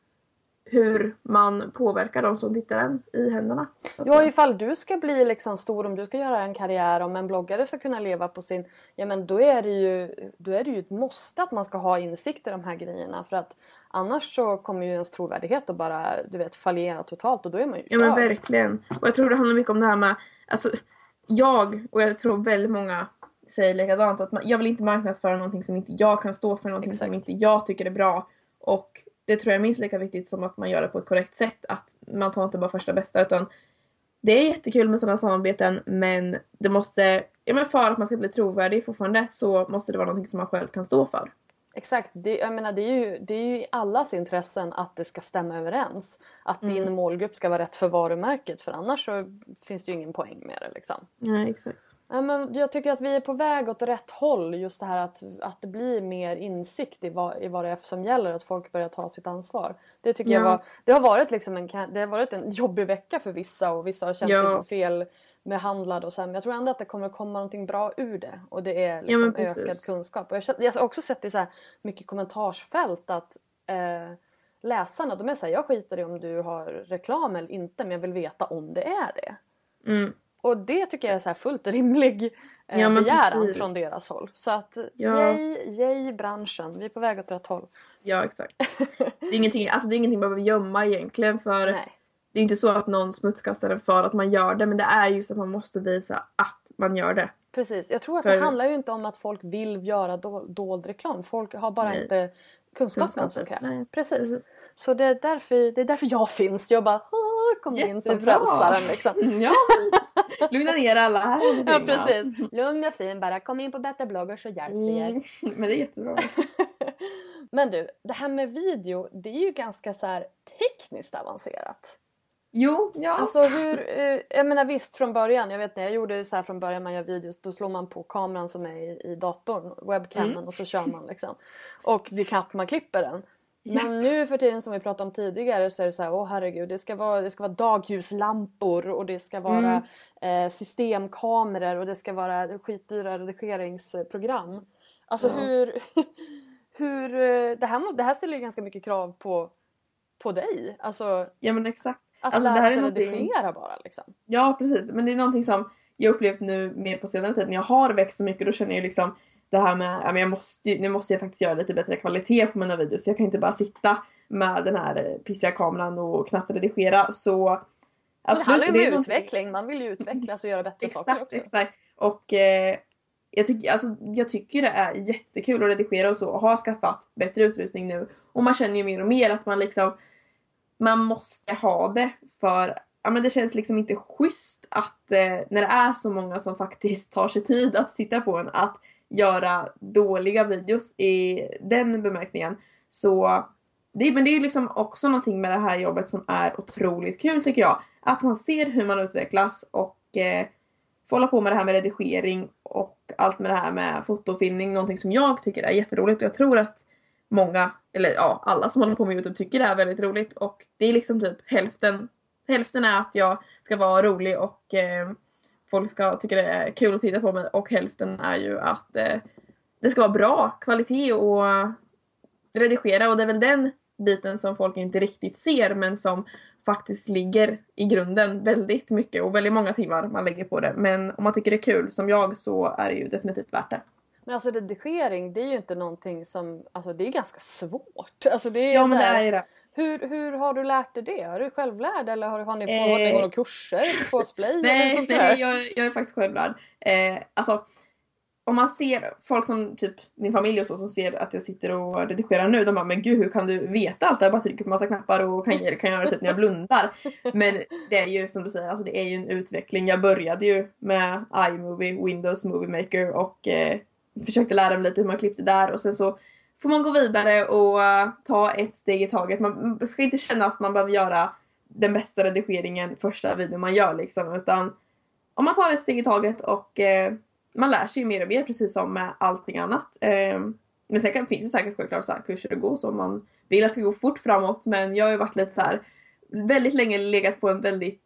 hur man påverkar de som tittar en i händerna. Ja, ifall du ska bli liksom stor, om du ska göra en karriär, om en bloggare ska kunna leva på sin, ja men då är det ju ett måste att man ska ha insikt i de här grejerna, för att annars så kommer ju ens trovärdighet att bara, fallera totalt, och då är man ju körd. Ja men verkligen. Och jag tror det handlar mycket om det här med, alltså jag tror väldigt många säger likadant, att jag vill inte marknadsföra någonting som inte jag kan stå för, någonting som inte jag tycker är bra. Och det tror jag är minst lika viktigt som att man gör det på ett korrekt sätt. Att man tar inte bara första bästa, utan det är jättekul med sådana samarbeten. Men det måste, för att man ska bli trovärdig fortfarande, så måste det vara någonting som man själv kan stå för. Exakt, jag menar, det är ju i allas intressen att det ska stämma överens. Att din målgrupp ska vara rätt för varumärket, för annars så finns det ju ingen poäng med det liksom. Nej, exakt. Ja, men jag tycker att vi är på väg åt rätt håll, just det här att det blir mer insikt i vad det är som gäller, att folk börjar ta sitt ansvar. Det tycker jag det har varit liksom det har varit en jobbig vecka för vissa, och vissa har känt sig fel behandlad och så här, men jag tror ändå att det kommer att komma någonting bra ur det, och det är liksom ökad kunskap. Och jag har också sett i så här mycket kommentarsfält att läsarna, de är så här, jag skiter i om du har reklam eller inte, men jag vill veta om det är det. Och det tycker jag är så här fullt rimlig begäran från deras håll. Så att yay branschen, vi är på väg åt rätt håll. Ja, exakt. Det är ingenting man behöver gömma egentligen, för det är inte så att någon smutskastar den för att man gör det, men det är ju så att man måste visa att man gör det. Precis, jag tror att det handlar ju inte om att folk vill göra dold reklam. Folk har bara inte kunskapen som krävs. Nej, precis. Så det är därför jag finns. Jag bara kom in till frälsaren liksom. Ja, lugna ner alla här. Ja, precis. Lugn och fin, bara kom in på Better Blogger så hjälper vi er. Men det är jättebra. Men du, det här med video, det är ju ganska så här tekniskt avancerat. Jo, ja. Alltså jag menar visst från början, jag vet när jag gjorde så här från början, man gör videos, då slår man på kameran som är i datorn, webcamen, och så kör man liksom. Och det är knappt man klipper den. Men nu för tiden, som vi pratade om tidigare, så är det så här, herregud, det ska vara dagljuslampor, och det ska vara systemkameror, och det ska vara skitdyra redigeringsprogram. Alltså hur det här ställer ju ganska mycket krav på dig. Alltså, ja, men exakt. Att alltså, lära sig redigera bara liksom. Ja, precis. Men det är någonting som jag upplevt nu mer på senare tid. När jag har växt så mycket, då känner jag liksom det här med, nu måste jag faktiskt göra lite bättre kvalitet på mina videos. Jag kan inte bara sitta med den här pissiga kameran och knappt redigera. Så absolut, det handlar ju om utveckling. Man vill ju utvecklas och göra bättre saker också. Exakt. Och jag tycker det är jättekul att redigera och så. Och har skaffat bättre utrustning nu. Och man känner ju mer och mer att man måste ha det, för men det känns liksom inte schysst att när det är så många som faktiskt tar sig tid att titta på en, att göra dåliga videos i den bemärkningen. Så men det är ju liksom också någonting med det här jobbet som är otroligt kul, tycker jag. Att man ser hur man utvecklas och får hålla på med det här med redigering och allt med det här med fotofilmning, någonting som jag tycker är jätteroligt. Och jag tror att många, eller alla som håller på med YouTube tycker det är väldigt roligt. Och det är liksom typ hälften är att jag ska vara rolig och folk ska tycka det är kul att titta på mig. Och hälften är ju att det ska vara bra kvalitet och redigera. Och det är väl den biten som folk inte riktigt ser, men som faktiskt ligger i grunden väldigt mycket. Och väldigt många timmar man lägger på det. Men om man tycker det är kul som jag, så är det ju definitivt värt det. Men alltså redigering, det är ju inte någonting som, alltså det är ganska svårt. Alltså det är ja, men det är ju det. Hur har du lärt dig det? Är du självlärd eller har ni fått några kurser på Splay? Nej, jag är faktiskt självlärd. Alltså, om man ser folk som typ min familj och så ser att jag sitter och redigerar nu, de bara, men gud, hur kan du veta allt? Jag bara trycker på massa knappar och kan göra det typ när jag blundar. Men det är ju som du säger, alltså det är ju en utveckling. Jag började ju med iMovie, Windows Movie Maker och försökte lära mig lite hur man klippte där, och sen så får man gå vidare och ta ett steg i taget. Man ska inte känna att man behöver göra den bästa redigeringen första videon man gör liksom, utan om man tar ett steg i taget och man lär sig ju mer och mer, precis som med allting annat. Men sen finns det säkert självklart så här kurser att gå som man vill att ska gå fort framåt, men jag har ju varit lite så här väldigt länge legat på en väldigt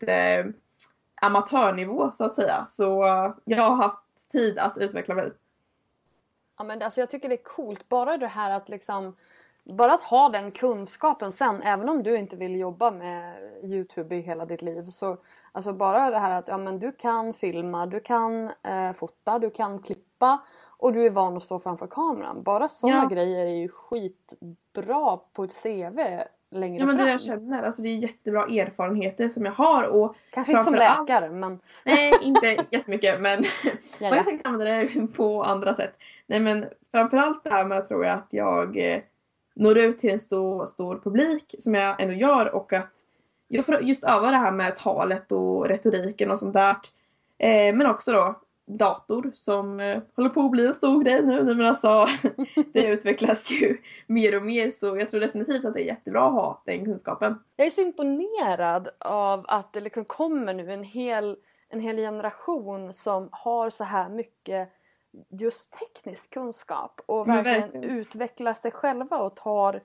amatörnivå så att säga, så jag har haft tid att utveckla mig. Ja, men alltså jag tycker det är coolt, bara det här att liksom, bara att ha den kunskapen sen, även om du inte vill jobba med YouTube i hela ditt liv, så alltså bara det här att men du kan filma, du kan fota, du kan klippa och du är van att stå framför kameran. Bara sådana grejer är ju skitbra på ett CV längre fram. Ja, men det jag känner, alltså det är jättebra erfarenheter som jag har, och kanske inte som läkare, men nej, inte jättemycket, men man kan använda det på andra sätt. Nej, men framförallt det här med, tror jag, att jag når ut till en stor publik som jag ändå gör, och att jag får just öva det här med talet och retoriken och sånt där. Men också då dator som håller på att bli en stor grej nu. Men alltså, det utvecklas ju mer och mer, så jag tror definitivt att det är jättebra att ha den kunskapen. Jag är så imponerad av att det liksom kommer nu en hel generation som har så här mycket just teknisk kunskap och verkligen utvecklar sig själva och tar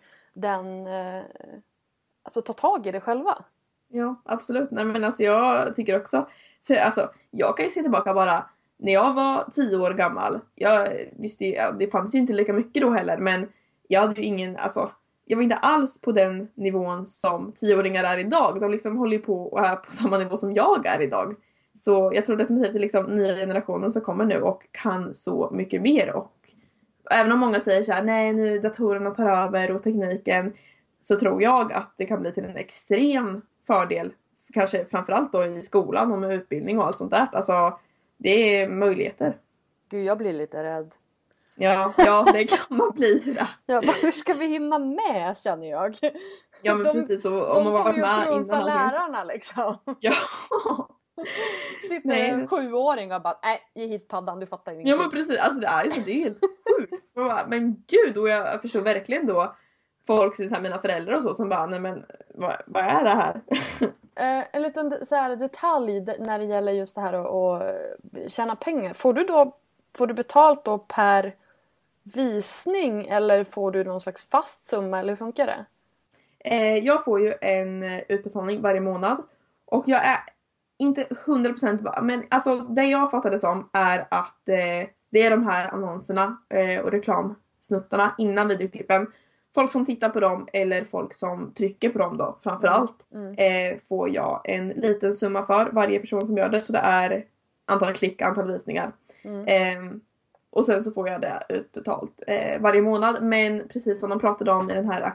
tag i det själva. Ja, absolut. Nej, men alltså jag tycker också, för alltså jag kan ju se tillbaka bara när jag var 10 år gammal. Jag visste ju, det fanns ju inte lika mycket då heller, men jag hade ju jag var inte alls på den nivån som 10-åringar är idag. De liksom håller ju på och är på samma nivå som jag är idag. Så jag tror definitivt att liksom nya generationen som kommer nu och kan så mycket mer. Och även om många säger så här, nej nu datorerna tar över och tekniken, så tror jag att det kan bli till en extrem fördel. Kanske framförallt då i skolan och med utbildning och allt sånt där. Alltså det är möjligheter. Gud, jag blir lite rädd. Ja, det kan man bli. Hur ska vi hinna med, känner jag? Ja, men precis. Och om man var med de kommer ju att trumfa lärarna liksom. Ja. Sitter en 7-åring och bara, ge hit paddan, du fattar ju inte. Ja, men precis. Alltså det är ju så, det är helt sjukt. Men gud, och jag förstår verkligen då folk, så här, mina föräldrar och så, som bara, nej men vad är det här? En liten så här detalj när det gäller just det här att tjäna pengar. Får du betalt då per visning, eller får du någon slags fast summa, eller hur funkar det? Jag får ju en utbetalning varje månad, och jag är inte 100%, men alltså det jag fattade som är att det är de här annonserna och reklamsnuttarna innan videoklippen. Folk som tittar på dem eller folk som trycker på dem då framförallt får jag en liten summa för varje person som gör det. Så det är antal klick, antal visningar. Och sen så får jag det utbetalt varje månad. Men precis som de pratade om i den här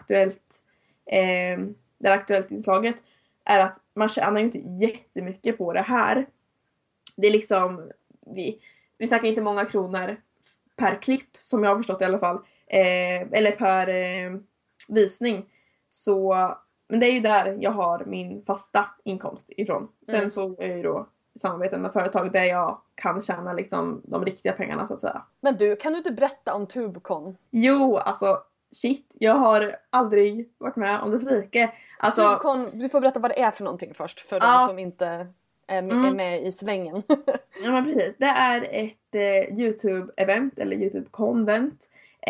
aktuellt inslaget, är att man tjänar ju inte jättemycket på det här. Det är liksom, vi snackar inte många kronor per klipp, som jag har förstått i alla fall. Eller per visning. Så, men det är ju där jag har min fasta inkomst ifrån. Sen så är ju då samarbeten med företag där jag kan tjäna liksom de riktiga pengarna, så att säga. Men du, kan du inte berätta om TubeCon? Jo, alltså shit, jag har aldrig varit med om dess like. Alltså, TubeCon, du får berätta vad det är för någonting först, för de som inte är med i svängen. Ja, men precis. Det är ett YouTube-event eller YouTube-konvent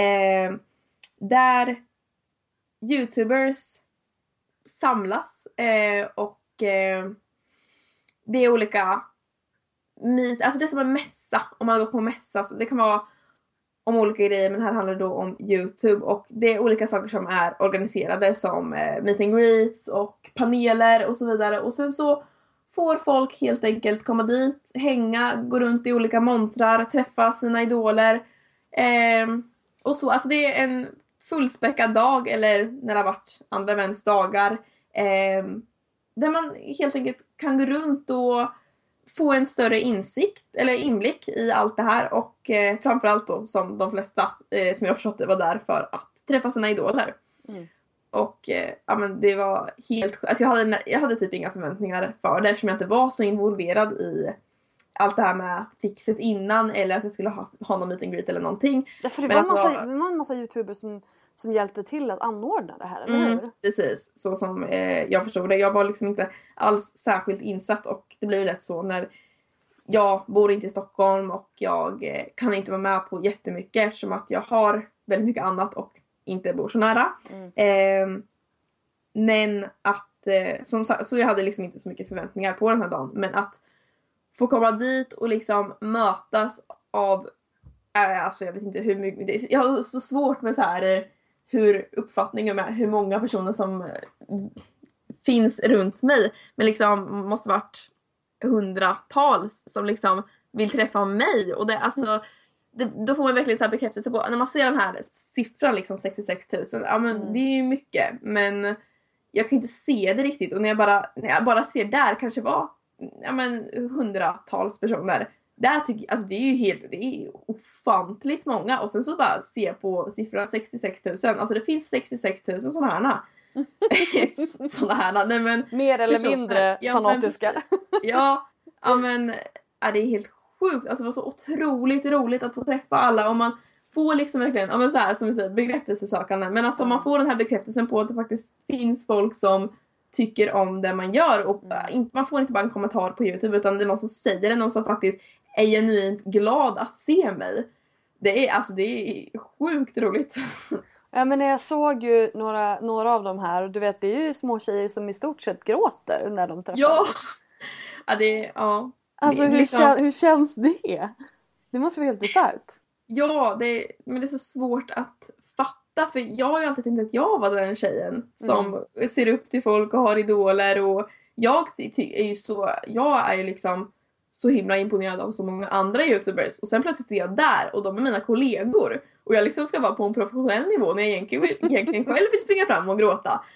där YouTubers samlas och det är olika alltså det är som en mässa, om man går på mässa, så det kan vara om olika grejer, men här handlar det då om YouTube, och det är olika saker som är organiserade som meet and greets och paneler och så vidare, och sen så får folk helt enkelt komma dit, hänga, gå runt i olika montrar, träffa sina idoler och så. Alltså det är en fullspäckad dag, eller när det har varit andra events dagar, där man helt enkelt kan gå runt och få en större insikt eller inblick i allt det här, och framförallt då, som de flesta som jag förstått det, var där för att träffa sina idoler. Och ja, men det var helt, alltså jag hade typ inga förväntningar för det, eftersom jag inte var så involverad i allt det här med fixet innan, eller att jag skulle ha någon meet and greet eller någonting. Ja, för det var en massa YouTubers som hjälpte till att anordna det här, eller hur? Precis, så som jag förstod det. Jag var liksom inte alls särskilt insatt, och det blir lätt så när jag bor inte i Stockholm och jag kan inte vara med på jättemycket, eftersom att jag har väldigt mycket annat och inte bor så nära. Men att så jag hade liksom inte så mycket förväntningar på den här dagen, men att få komma dit och liksom mötas av alltså jag vet inte hur mycket, jag har så svårt med så här hur uppfattningen med hur många personer som finns runt mig, men liksom måste varit hundratals som liksom vill träffa mig, och det alltså då får man verkligen så här bekräftelse på när man ser den här siffran liksom 66 000. Ja, men det är ju mycket, men jag kan inte se det riktigt, och när jag bara ser där kanske var hundratals personer. Där tycker alltså det är ofantligt många, och sen så bara se på siffran 66 000. Alltså det finns 66 000 sådana här. Nej, men mer eller mindre fanatiska. Ja, men det är helt sjukt, alltså det var så otroligt roligt att få träffa alla och man får liksom verkligen, ja men så här som vi säger, bekräftelsesökande, men alltså man får den här bekräftelsen på att det faktiskt finns folk som tycker om det man gör och man får inte bara en kommentar på YouTube utan det är någon som säger det, någon som faktiskt är genuint glad att se mig. Det är sjukt roligt. Ja, men jag såg ju några av dem här. Du vet, det är ju små tjejer som i stort sett gråter när de träffar. Ja! Alltså hur känns det? Det måste vara helt bisarrt. Ja, men det är så svårt att fatta. För jag har ju alltid tänkt att jag var den tjejen som ser upp till folk och har idoler. Och jag är ju liksom så himla imponerad av så många andra YouTubers. Och sen plötsligt är jag där och de är mina kollegor. Och jag liksom ska vara på en professionell nivå när jag egentligen själv vill springa fram och gråta.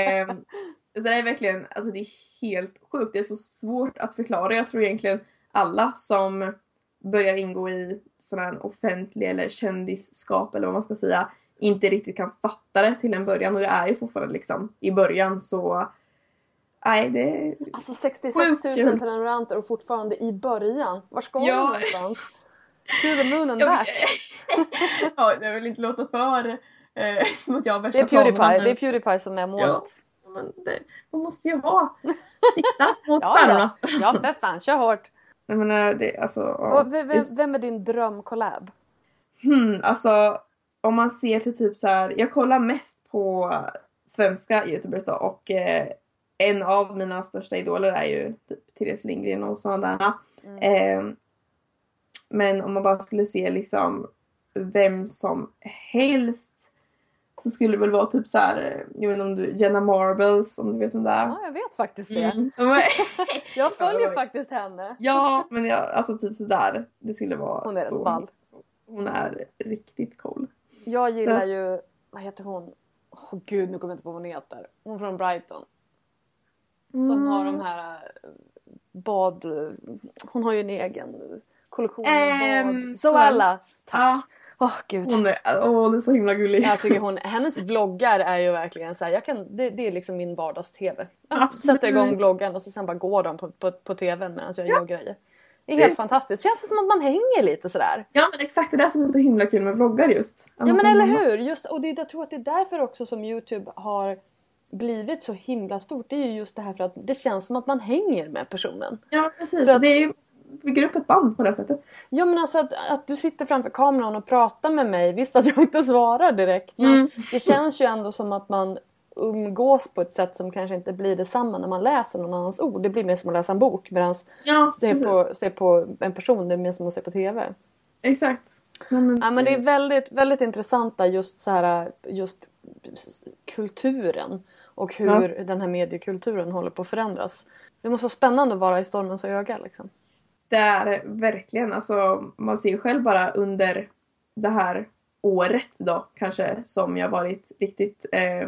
Så det är verkligen, alltså det är helt sjukt. Det är så svårt att förklara. Jag tror egentligen alla som börjar ingå i sån här offentlig eller kändisskap eller vad man ska säga inte riktigt kan fatta det till en början. Och jag är ju fortfarande liksom i början så... Nej, det är... Alltså 66 000 prenumeranter och fortfarande i början. Var ska du någonstans? To the moon and back. Ja, jag vill inte låta för som att jag har värsta planerna. Det är Pewdiepie som är målet. Ja, men man måste ju sikta mot stjärnorna. Ja, för fan, kör hårt. Jag menar, Vem är din drömkollab? Alltså, om man ser till typ så här, jag kollar mest på svenska YouTubers då och en av mina största idoler är ju typ Therese Lindgren och sådana där. Men om man bara skulle se liksom vem som helst så skulle det väl vara typ så här, jag vet inte om Jenna Marbles, om du vet om det är. Ja, jag vet faktiskt det. Jag följer faktiskt henne. Ja, men alltså typ sådär. Det skulle vara hon är så ball. Hon är riktigt cool. Jag gillar ju, vad heter hon? Gud, nu kommer jag inte på vad hon heter. Hon från Brighton. Som har de här bad... Hon har ju en egen kollektion av bad. Zoella, tack. Gud. Hon är, det är så himla gullig. Jag tycker hennes vloggar är ju verkligen så här, det är liksom min vardags-tv. Jag sätter igång vloggen och så sen bara går de på tvn medan jag gör grejer. Det är helt fantastiskt. Känns det som att man hänger lite sådär. Ja, men exakt. Det är det som är så himla kul med vloggar just. Ja, men eller hur? Just, och jag tror att det är därför också som YouTube har blivit så himla stort. Det är ju just det här för att det känns som att man hänger med personen. Ja, precis. För att det är ju, bygger upp ett band på det sättet. Ja, men alltså att du sitter framför kameran och pratar med mig. Visst att jag inte svarar direkt. Men det känns ju ändå som att man umgås på ett sätt som kanske inte blir detsamma när man läser någon annans ord. Det blir mer som att läsa en bok. Medan se på en person, det är mer som att se på tv. Exakt. Ja, men det är väldigt, väldigt intressanta just så här, just kulturen. Och hur den här mediekulturen håller på att förändras. Det måste vara spännande att vara i stormens öga liksom. Det är verkligen, alltså man ser ju själv bara under det här året då kanske som jag varit riktigt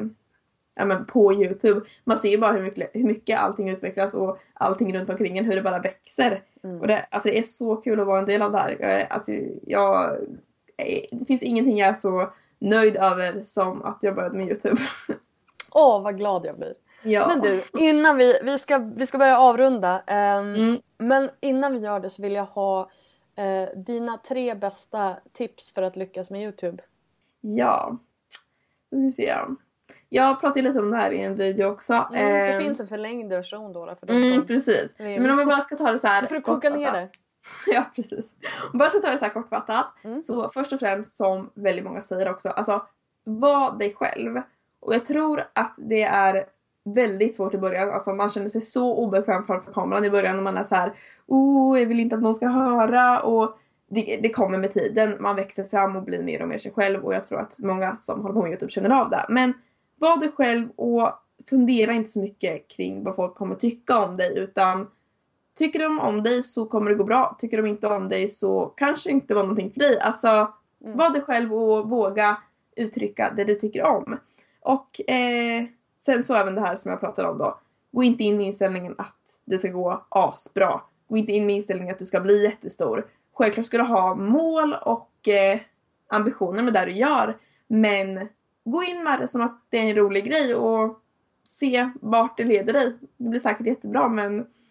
på YouTube. Man ser ju bara hur mycket allting utvecklas och allting runt omkring en, hur det bara växer. Och det är så kul att vara en del av det här. Det finns ingenting jag är så nöjd över som att jag började med YouTube. Vad glad jag blir. Ja. Men du, innan vi ska börja avrunda. Men innan vi gör det så vill jag ha dina 3 bästa tips för att lyckas med YouTube. Ja, det ska vi se. Jag pratade lite om det här i en video också. Det finns en förlängd version då för de som... Precis. Men om vi bara ska ta det så här... För att koka ner det. Ja, precis. Om vi bara ska ta det så här kortfattat. Så först och främst, som väldigt många säger också. Alltså, var dig själv. Och jag tror att det är väldigt svårt i början. Alltså man känner sig så obekväm framför kameran i början. Och man är så här, jag vill inte att någon ska höra. Och det kommer med tiden. Man växer fram och blir mer och mer sig själv. Och jag tror att många som håller på med YouTube känner av det. Men var dig själv och fundera inte så mycket kring vad folk kommer tycka om dig. Utan tycker de om dig så kommer det gå bra. Tycker de inte om dig så kanske det inte var någonting för dig. Alltså var dig själv och våga uttrycka det du tycker om. Och sen så även det här som jag pratade om då. Gå inte in i inställningen att det ska gå asbra. Gå inte in med inställningen att du ska bli jättestor. Självklart ska du ha mål och ambitioner med det du gör. Men gå in med det som att det är en rolig grej och se vart det leder dig. Det blir säkert jättebra, men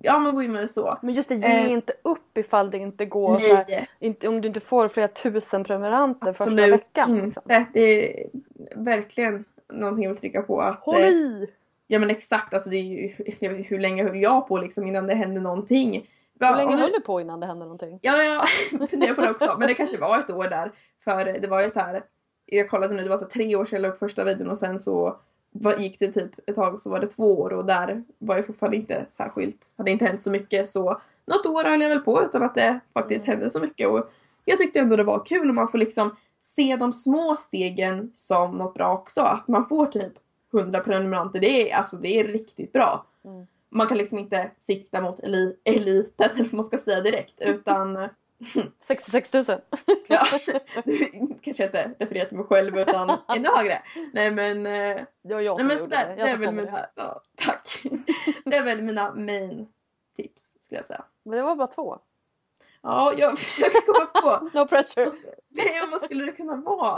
ja men gå in med det så. Men just det, ge inte upp ifall det inte går. Så här, inte, om du inte får flera tusen prenumeranter första veckan. Liksom. Det är verkligen någonting jag vill trycka på. Att, håll i! Ja men exakt, alltså det är ju, hur länge höll jag på liksom innan det hände någonting. Hur länge höll du på innan det hände någonting? Ja, jag funderar på det också. Men det kanske var ett år där. För det var ju så här, jag kollade nu, det var så 3 år sedan jag la upp första videon. Och sen så gick det typ ett tag, så var det 2 år. Och där var jag fortfarande inte särskilt, hade inte hänt så mycket. Så något år höll jag väl på utan att det faktiskt hände så mycket. Och jag tyckte ändå det var kul. Och man får liksom se de små stegen som något bra också. Att man får typ 100 prenumeranter, det är riktigt bra. Man kan liksom inte sikta mot eliten, eller vad man ska säga direkt, utan 66 000. Ja, kanske inte refererar till mig själv utan ännu högre. Nej men jag nej, men sådär, det är väl mina, ja, tack. Det är väl mina main tips skulle jag säga. Men det var bara 2. Ja, jag försöker komma på. No pressure. Nej, vad skulle det kunna vara?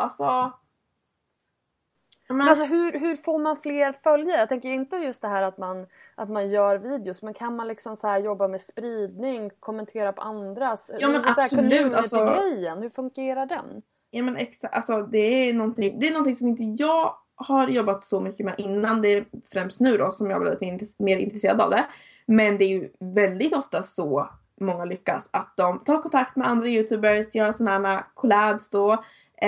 Men alltså hur får man fler följare? Jag tänker inte just det här att man gör videos, men kan man liksom så här jobba med spridning, kommentera på andras? Ja men absolut, alltså grejen, hur fungerar den? Ja men exakt, alltså det är någonting som inte jag har jobbat så mycket med innan. Det är främst nu då som jag har blivit mer intresserad av det. Men det är ju väldigt ofta så många lyckas att de tar kontakt med andra YouTubers, gör sådana här collabs då.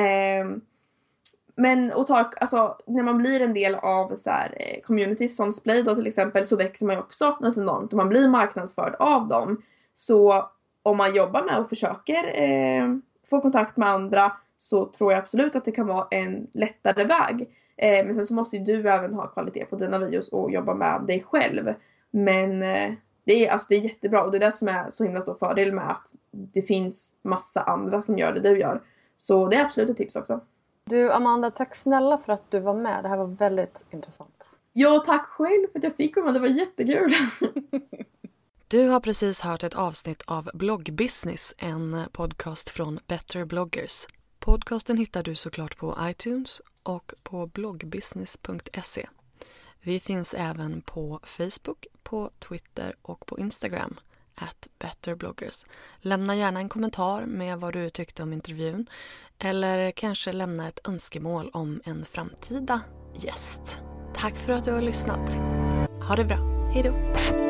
Men alltså, när man blir en del av så här, communities som Splay då till exempel, så växer man ju också något enormt och man blir marknadsförd av dem. Så om man jobbar med och försöker få kontakt med andra, så tror jag absolut att det kan vara en lättare väg. Men sen så måste ju du även ha kvalitet på dina videos och jobba med dig själv. Men det är jättebra, och det är det som är så himla stor fördel med att det finns massa andra som gör det du gör. Så det är absolut ett tips också. Du Amanda, tack snälla för att du var med. Det här var väldigt intressant. Ja, tack själv för att jag fick komma. Det var jättekul. Du har precis hört ett avsnitt av Bloggbusiness, en podcast från Better Bloggers. Podcasten hittar du såklart på iTunes och på bloggbusiness.se. Vi finns även på Facebook, på Twitter och på Instagram @betterbloggers. Lämna gärna en kommentar med vad du tyckte om intervjun, eller kanske lämna ett önskemål om en framtida gäst. Tack för att du har lyssnat. Ha det bra. Hej då!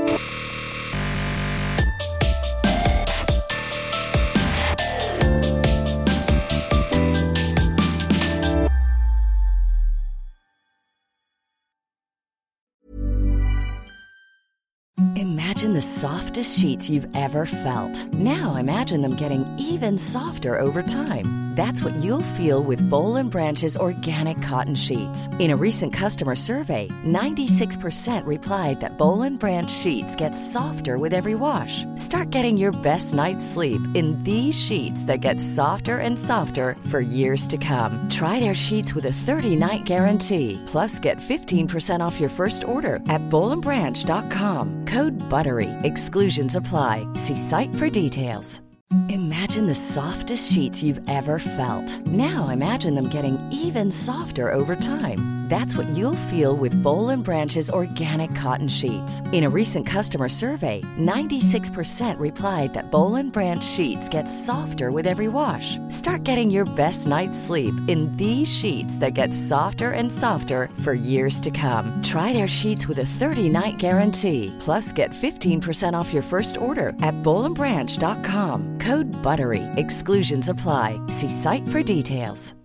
Imagine the softest sheets you've ever felt. Now imagine them getting even softer over time. That's what you'll feel with Boll & Branch's organic cotton sheets. In a recent customer survey, 96% replied that Boll & Branch sheets get softer with every wash. Start getting your best night's sleep in these sheets that get softer and softer for years to come. Try their sheets with a 30-night guarantee. Plus, get 15% off your first order at bollandbranch.com. Code BUTTERY. Exclusions apply. See site for details. Imagine the softest sheets you've ever felt. Now imagine them getting even softer over time. That's what you'll feel with Boll & Branch's organic cotton sheets. In a recent customer survey, 96% replied that Boll & Branch sheets get softer with every wash. Start getting your best night's sleep in these sheets that get softer and softer for years to come. Try their sheets with a 30-night guarantee. Plus, get 15% off your first order at bollandbranch.com. Code BUTTERY. Exclusions apply. See site for details.